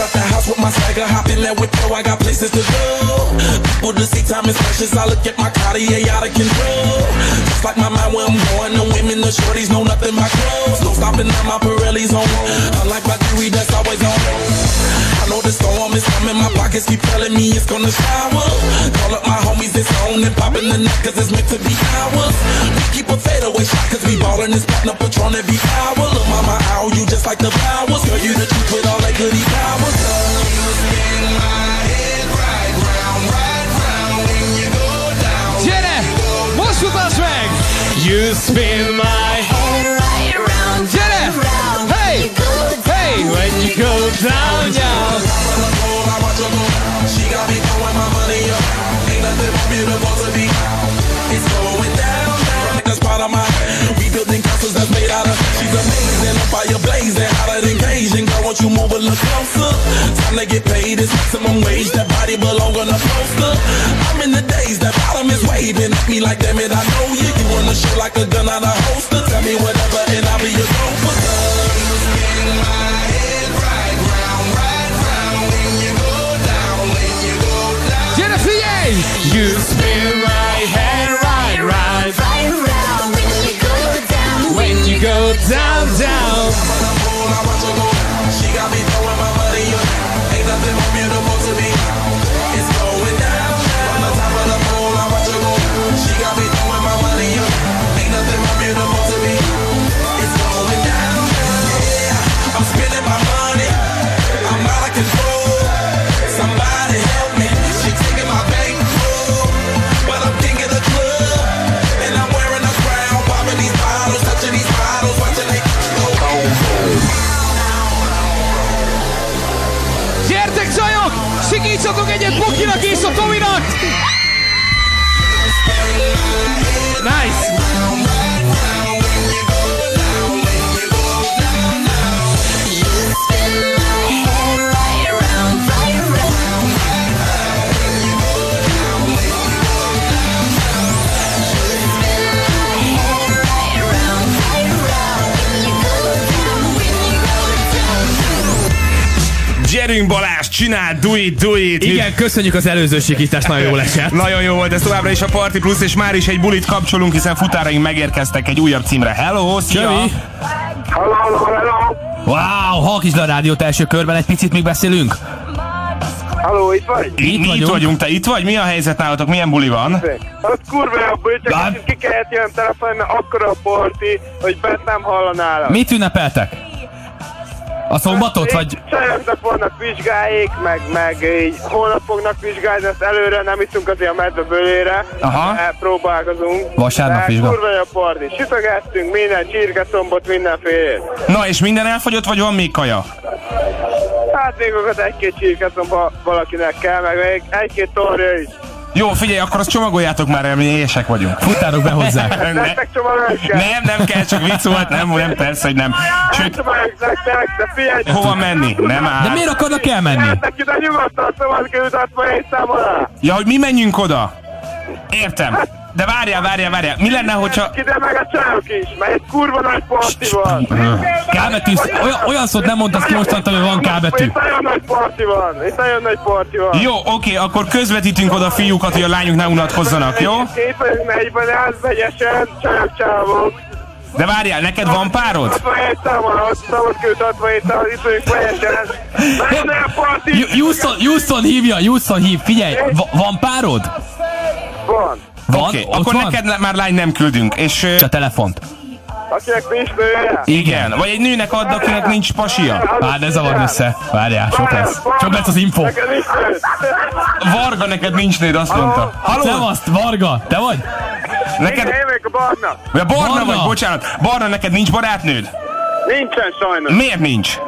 boss with my swagger, hop in that whip, yo, I got places to go. People to see time is precious, I look at my Cartier out of control. Just like my mind where I'm going, the women, the shorties know nothing but clothes. No stopping at my Pirelli's on. Unlike my theory, that's always on. I know the storm is coming, my pockets keep telling me it's gonna shower. Call up my homies, it's on and popping the neck, cause it's meant to be ours. We keep a fadeaway shot, cause we ballin' this platinum Patron every hour. Look, mama, ow, you just like the flowers. Girl, you the truth with all that goody powers. You spin my head right round, right round when you go down. Gyere! Most futás meg! You spin my head right round, gyere! Hey! Hey! When you go down, down. She got me throwing my money up. Ain't nothing more beautiful to be. It's going down, down. That's part of my rebuilding castles that's made out of. She's amazing, a fire blazing, hotter than Cajun. Girl, won't you move a little closer? Time to get paid, it's maximum wage. That body belong on a poster. I'm in the days, that bottom is waving at me like, damn it, I know you. You wanna show like a gun out of holster. Tell me whatever and I'll be your gopher. You spin my head right round, right round when you go down, when you go down. Gyere, figyelj! You spin my head right, right, right round when you go down, when you go down, down. She got me throwing my money up. Ain't nothing more beautiful to me. It's going down, down. On the top of the pole, I watch her go. She got me throwing my money up. Ain't nothing more beautiful to me. It's going down, down. Yeah, I'm spending my money. I'm out of control. Somebody help me. She taking my bankroll, but I'm king of the club, and I'm wearing a crown, popping these bottles, touching these bottles, watching they go. Gyertek, csajok! Sikítsatok egyet Bokinak és a Tominak! Nice! Gyerünk Balázs, csináld, do it, do it! Igen, köszönjük az előző sikítást, nagyon jól esett. Nagyon jó volt, ez továbbra is a Party Plus, és már is egy bulit kapcsolunk, hiszen futáraink megérkeztek egy újabb címre. Hello, szia! Hello, hello, hello! Wow, Halkizsla Rádiót első körben, egy picit még beszélünk? Halló, itt vagy? Itt mi itt vagyunk, te itt vagy? Mi a helyzet nálatok? Milyen buli van? Az kurva jobb buli, csak kicsit ki kellett jönni telefonon, mert akkora a parti, hogy bent nem hallanálak. Mit ünnepeltek? A szombatot, vagy? Csajoknak vannak vizsgáik, meg, meg így holnap fognak vizsgálni, ezt előre nem iszunk azért a medvebölére. Aha. Próbálkozunk. Vasárnap vizsga. Kurva a parti. Sütögettünk minden, csirkeszombot, mindenféle. Na, és minden elfogyott, vagy van még kaja? Hát még akkor egy-két csirkeszomb, ha valakinek kell, meg még egy-két torja is. Jó, figyelj, akkor azt csomagoljátok már el, mi éhesek vagyunk. Futárok behozzák. ne, nem, nem kell, csak vicc volt, nem, nem, persze, hogy nem. Sőt, hova menni? Nem áll. De miért akarnak elmenni? Neki, de nyugodtan, szóval küldött ma egy szám alá. Ja, hogy mi menjünk oda? Értem. De várjál, várjál, várjál. Mi lenne, hogyha... Ide meg a csajok is, mert egy kurva nagy parti van. K-betű, olyan, olyan szót nem mondtad ki mostantól, hogy van K-betű. Itt nagyon nagy parti van, itt nagyon nagy parti van. Jó, oké, akkor közvetítünk oda a fiúkat, hogy a lányok ne unatkozzanak, jó? Itt vagyunk negyben, átmegyesen, csajok csávok. De várjál, neked van párod? hatvanhét számon, számot küld hatvanhét számon, itt vagyunk fejesen. Houston, Houston hívja, Houston hív, figyelj, va- van párod? Van. Oké, okay, akkor van? Neked már lány nem küldünk, és... A telefont. Akinek nincs nője? Igen, vagy egy nőnek add, akinek nincs pasia. Á, ne zavarj össze. Várjál, sok lesz. Sok lesz az info. Varga, neked nincs nőd, azt mondta. Halló? Szevaszt, Varga, te vagy? Neked... Én vagyok a Barna. Vagy a Barna, Barna vagy, bocsánat. Barna, neked nincs barátnőd? Nincsen sajnos. Miért nincs?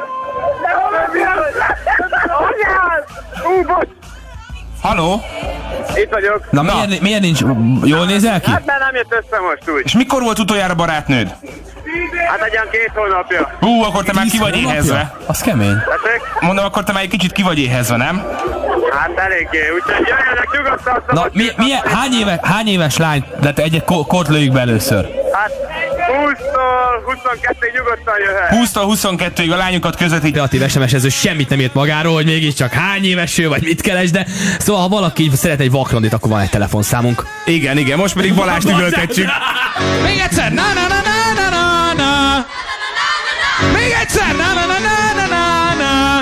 Halló? Itt vagyok. Na, Na. Miért, miért nincs? Jól nézel ki? Hát mert nem jött össze most úgy. És mikor volt utoljára barátnőd? Hát egy olyan két hónapja. Hú, akkor te már ki vagy éhezve. Az kemény. Mondom, akkor te már egy kicsit ki vagy éhezve, nem? Hát eléggé, úgyhogy jöjjenek nyugodtan. Na, mi, milyen, hány, éve, hány éves lány? De te egyet kort lőjük be először. Hát húsztól huszonkettőig nyugodtan jöhet. húsztól huszonkettőig a lányokat közvetít. Kreatív es em es-ező semmit nem írt magáról, hogy mégiscsak hány éves ő, vagy mit keres, de szóval ha valaki szeret egy vakrondit, akkor van egy telefonszámunk. Igen, igen, most pedig Balást üvöltetjük. Még egyszer! Na na na na na na na. Még egyszer! Na na na na na na na.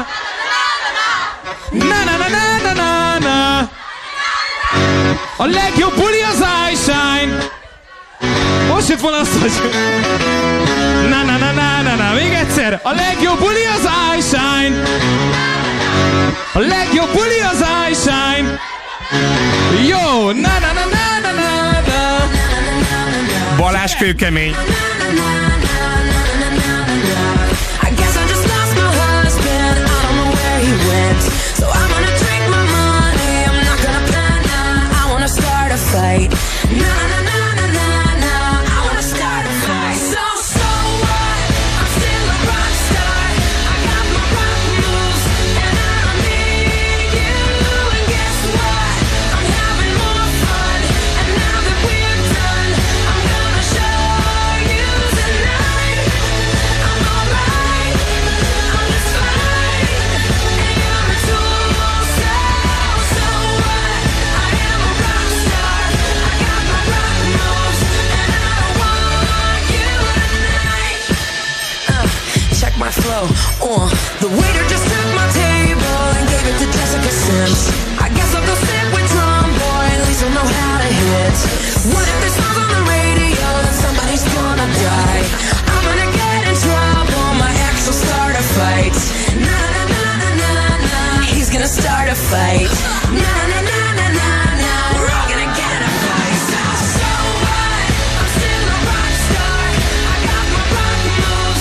Na na na na na na na. A legjobb buli az iShine. Most jött volna azt, hogy... Na na na na na na. Még egyszer! A legjobb buli az iShine. A legjobb buli az iShine. Jó! Na na na na na na na. Balázs kőkemény. Fight. Na na na na na na. I wanna start a fight. So so what? I'm still a rock star. I got my rock moves and I don't need you. And guess what? I'm having more fun. And now that we're done, I'm gonna show you tonight. I'm alright. I'm just fine. And you're a tool. So so what? I am a rock star. My flow, uh, the waiter just took my table and gave it to Jessica Sims. I guess I'll go sit with Tom Boy, at least I'll know how to hit. What if this song's on the radio, then somebody's gonna die? I'm gonna get in trouble, my ex will start a fight. Na na na na na na, he's gonna start a fight. Na na na na na na, we're all gonna get in a fight. So, so what? I'm still a rock star. I got my rock moves.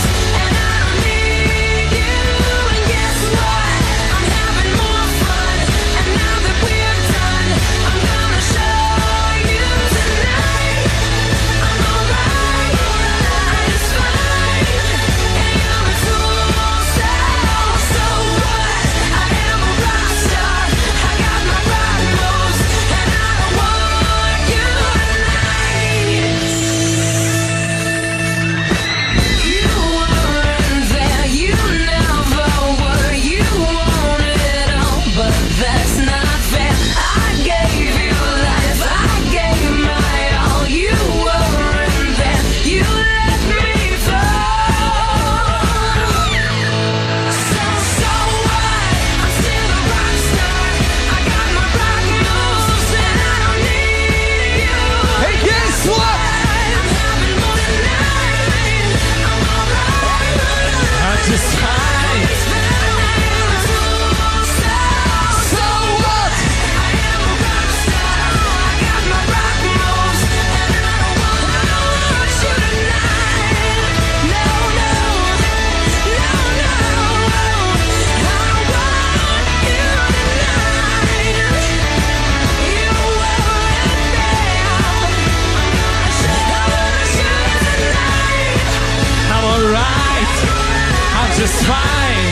Just fine.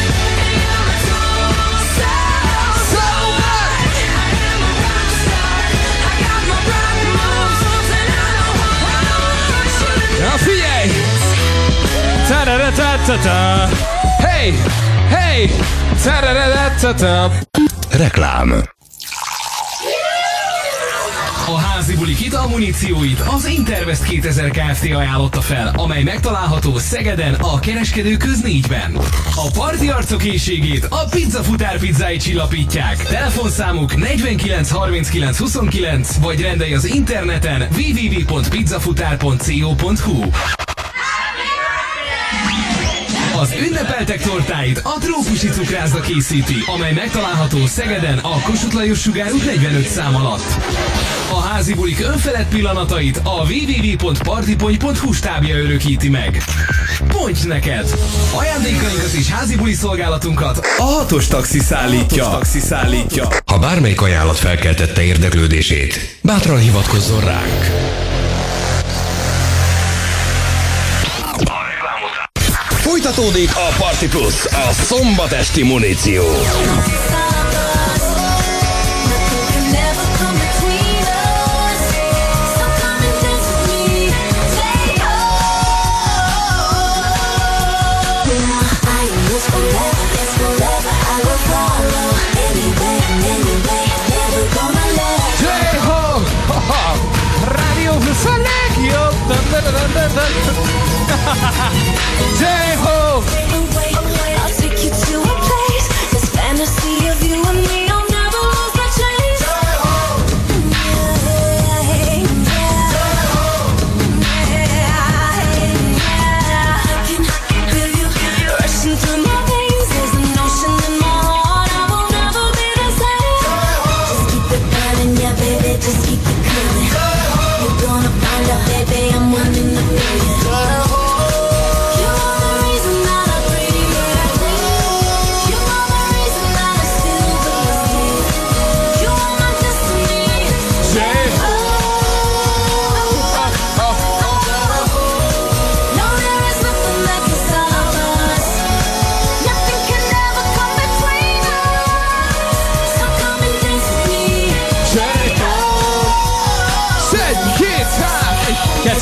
So what? I am a rock star. I got my rock moves and I don't want you to. Na figyelj! Ta-da-da-ta-ta-ta. Hey! Hey! Ta-da-da-da-ta-ta. Reklám. A házi buli hitelmunícióit az Intervest kétezer Kft. Ajánlotta fel, amely megtalálható Szegeden, a Kereskedőköz négyben. A parti arcok éhségét a Pizzafutár pizzái csillapítják. Telefonszámuk negyvenkilenc harminckilenc huszonkilenc, vagy rendelj az interneten double-u double-u double-u pont pizzafutár pont co pont hu. Az ünnepeltek tortáit a Trópusi Cukrászda készíti, amely megtalálható Szegeden a Kossuth Lajos Sugár út negyvenöt szám alatt. A házi bulik önfelett pillanatait a double-u double-u double-u pont partypony pont hu stábja örökíti meg. Ponty neked! Ajándékainkat és házi buli szolgálatunkat a hatos taxi szállítja. hatos taxi szállítja. Ha bármelyik ajánlat felkeltette érdeklődését, bátran hivatkozzon ránk. Folytatódik a Party Plus, a szombat esti muníció.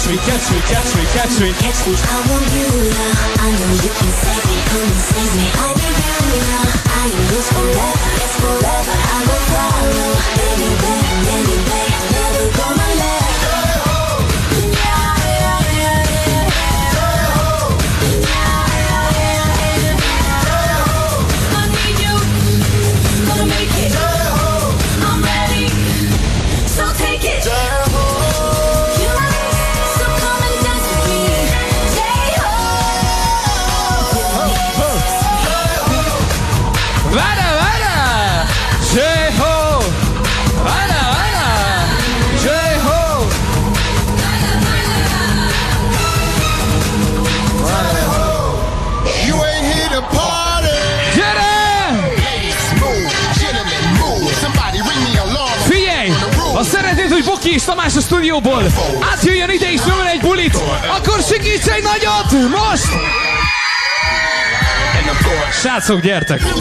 catch me, catch me, catch me, catch me. Catch me, I want you now. I know you can save me, come and save me. I need you now. I am yours forever, it's forever. I will follow. Baby, baby, baby, baby, never gonna let go. I need you, gonna make it. I'm ready, so take it. Ha szeretnéd, hogy Boki és Tamás a stúdióból átjöjjön ide és nyomjon egy bulit, akkor segíts egy nagyot! Most! Srácok, gyertek! I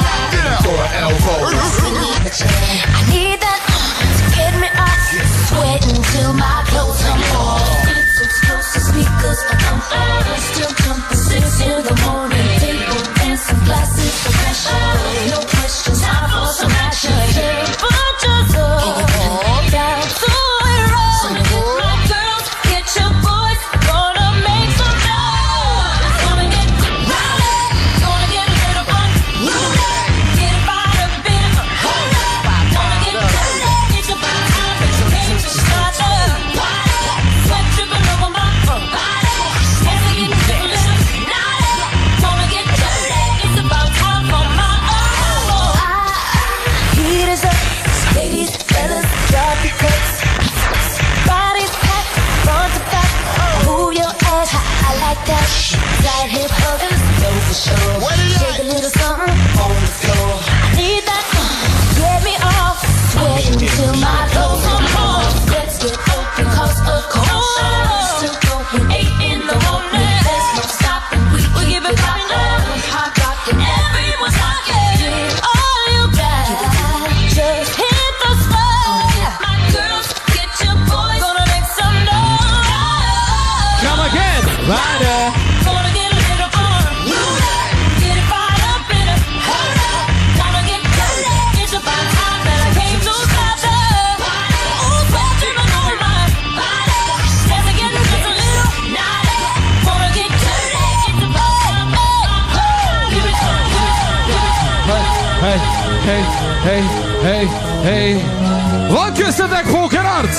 need that to get me off, sweating till my clothes come off. It's explosive speakers, I'm on, still jumping six in the morning. People dancing, glasses for pressure, no questions, time for some action. But just up, down to it roll. My girls, get your boys, gonna make some noise. Gonna get rowdy, gonna get a little fun. Get it by the bit, hold up. Gonna get dirty, it's about time that you came to start the party. Sweat dripping over my body. Dancing in the little naughty. Gonna get dirty, it's about time for my own. Heat is up, ladies, fellas, drop your coats. Body's packed, front to back. Move your ass, I like that. Right hip huggers, go for sure. Shake a little something on the floor. I need that, get me off, sweating till my clothes come off. Let's get open, cause of course. Still going eight in the morning. There's no stopping, we, we give it poppin'. Hot rockin', everyone's rockin'. Give all you got, just hit the spot. My girls, get your boys, gonna make some noise. Come again! Rider! Gonna get a little fun. Get it fired up in a hold up. Gonna get dirty. It's about time that I came to stop the ooh, sweat dripping on my body. Let's get just a little naughty. Gonna get dirty. It's about time. Oh, give it time, give it time, give it time. Hey, hey, hey, hey, hey. Van köztetek pókerarc?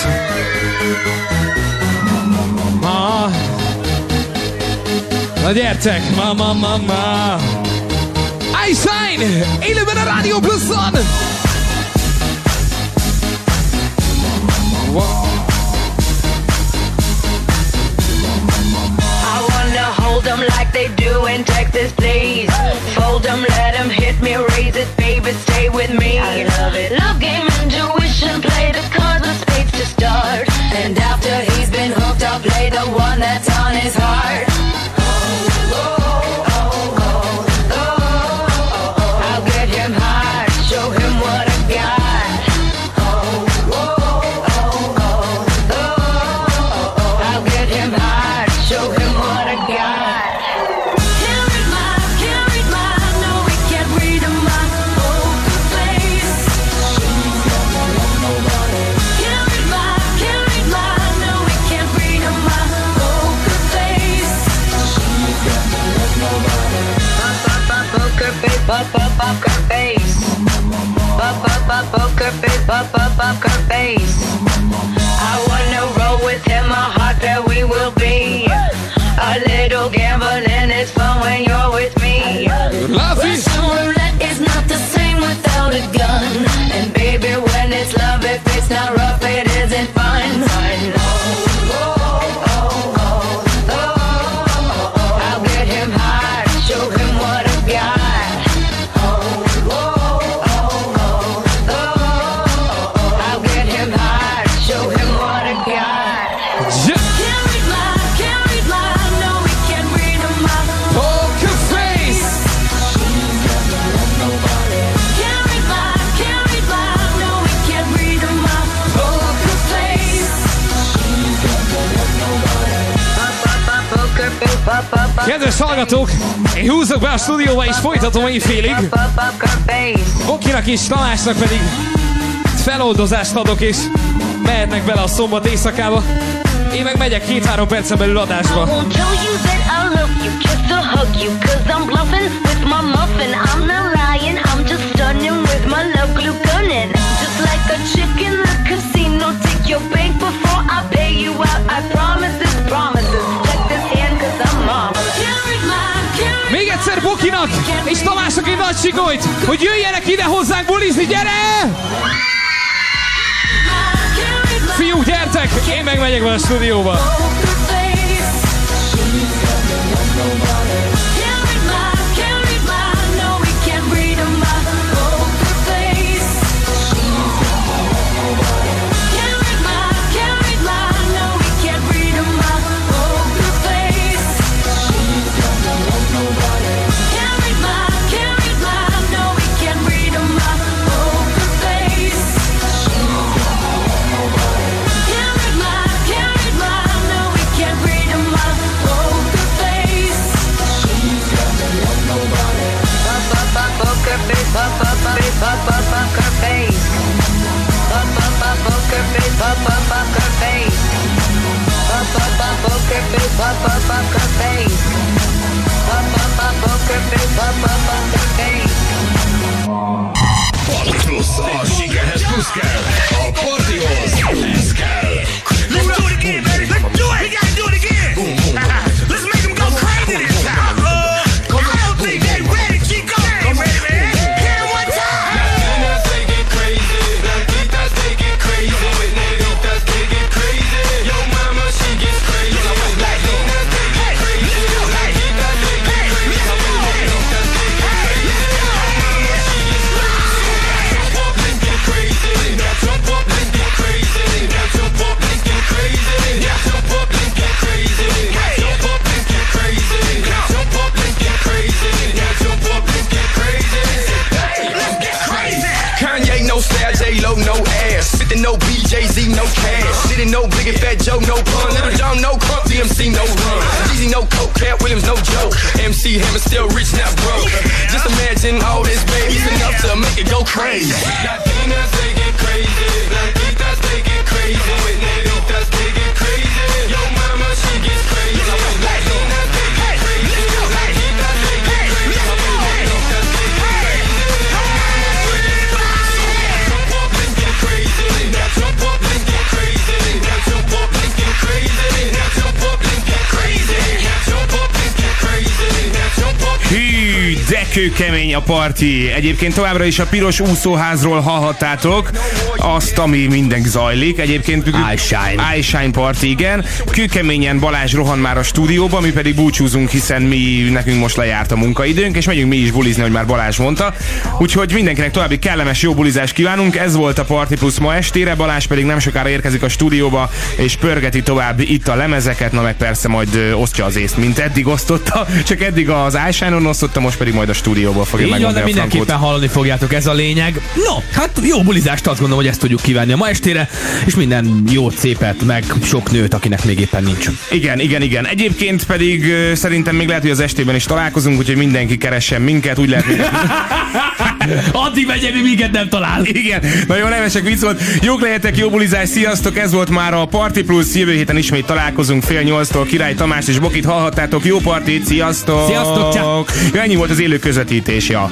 Ma. Na gyertek, ma, ma, ma, ma. iShine, élőben a Rádió Pluszon. Wow. I wanna hold them like they do in Texas, please. Fold them, let them hit me, raise it, baby, stay with me. I love it. Love game, intuition, play the cards with spades to start. And after he's been hooked, I'll play the one that's on his heart. I'll get him hard, show him what I got. I'll get him hard, show him what I got. Can't read my, can't read my, no, we can't read my poker face. Can't read my, can't read my, no, we can't read my poker face. Poker face, pop, pop, poker face. Pop, pop, pop, poker face, pop, pop, poker face. I wanna roll with him, a heart that we will be. A little gambling is fun when you're with me. Russian roulette is not the same without a gun. And baby, when it's love, if it's not rough, it isn't fun. fun. I'll get him hard, show him what I got. I'll Kedves hallgatók, én húzok be a stúdióba és folytatom éjfélig. Bokinak és Tamásnak pedig feloldozást adok és mehetnek bele a szombat éjszakába. Én meg megyek két-három percen belül adásba. Még egyszer Bokinak és Tamásnak egy nagy sikolyt, hogy jöjjenek ide hozzánk bulizni, gyere! Fiúk, gyertek! Én meg megyek be a stúdióba. Party plusz, a sikerhez plusz kell, a partihoz ez kell. Let's do it again, baby. Let's do it. We gotta do it again. Boom, boom, boom. Let's make them go crazy this time. Uh, I don't think they ready. Keep going, baby. Here one time. Latinas, they get crazy. Latitas, they get crazy. With negritas, they get crazy. Yo mama, she gets crazy. Latinas, they get crazy. Latitas, they get crazy. With negritas, they get crazy. Yo mama, she gets crazy. Now jump up, let's get crazy. Now jump up, let's get crazy. Now jump up, let's get crazy. Now jump up, let's get crazy. Now jump up, let's get crazy. Now jump up, let's get crazy. Hey, let's get crazy. Kanye, no style, J-Lo, no ass. fifty, no B, Jay-Z, no cash. Sitting, no Big and Fat Joe, no pun. Little John, no crump, D M C, no run. Jeezy, no coke, Cat Williams, no joke. M C Hammer still rich, not broke. Just imagine all this, baby. It's enough to make it go crazy. Latinas, they get crazy. Latitas, they get crazy. With negritas, they get crazy. Yo mama, she gets crazy. Latinas, they get crazy. Latitas, they get crazy. With negritas, they get crazy. Yo mama, she gets crazy. Jump up, let's get crazy. Now jump up, let's get crazy. Now jump up, let's get crazy. Now jump up, let's get crazy. Now jump up, let's get crazy. Now jump up. Hű, de kőkemény a parti. Egyébként továbbra is a piros úszóházról hallhattátok azt, ami mindenki zajlik. Egyébként iShine. iShine Party, igen. Kőkeményen Balázs rohan már a stúdióba, mi pedig búcsúzunk, hiszen mi nekünk most lejárt a munkaidőnk, és megyünk mi is bulizni, hogy már Balázs mondta. Úgyhogy mindenkinek további kellemes jó bulizást kívánunk. Ez volt a Party Plus ma estére. Balázs pedig nem sokára érkezik a stúdióba, és pörgeti tovább itt a lemezeket, na meg persze majd ö, osztja az észt, mint eddig osztotta. Csak eddig az iShine-on osztotta, most pedig majd a stúdióból fogja így megmondani van, de a frankót. mindenképpen hallani fogjátok, ez a lényeg. No, hát jó bulizást, azt gondolom, hogy ezt tudjuk kívánni a ma estére, és minden jót, szépet, meg sok nőt, akinek még éppen nincs. Igen, igen, igen. Egyébként pedig uh, szerintem még lehet, hogy az estében is találkozunk, úgyhogy mindenki keressen minket, úgy lehet, hogy... Addig megy, mi minket nem talál. Igen, nagyon nevesek vicc volt. Jók lehetek, jó bulizás, sziasztok, ez volt már a Party Plus, jövő héten ismét találkozunk fél nyolctól. Király Tamás és Bokit hallhattátok, jó partit, sziasztok! Sziasztok, csá! Ja, ennyi volt az élő közvetítés, ja.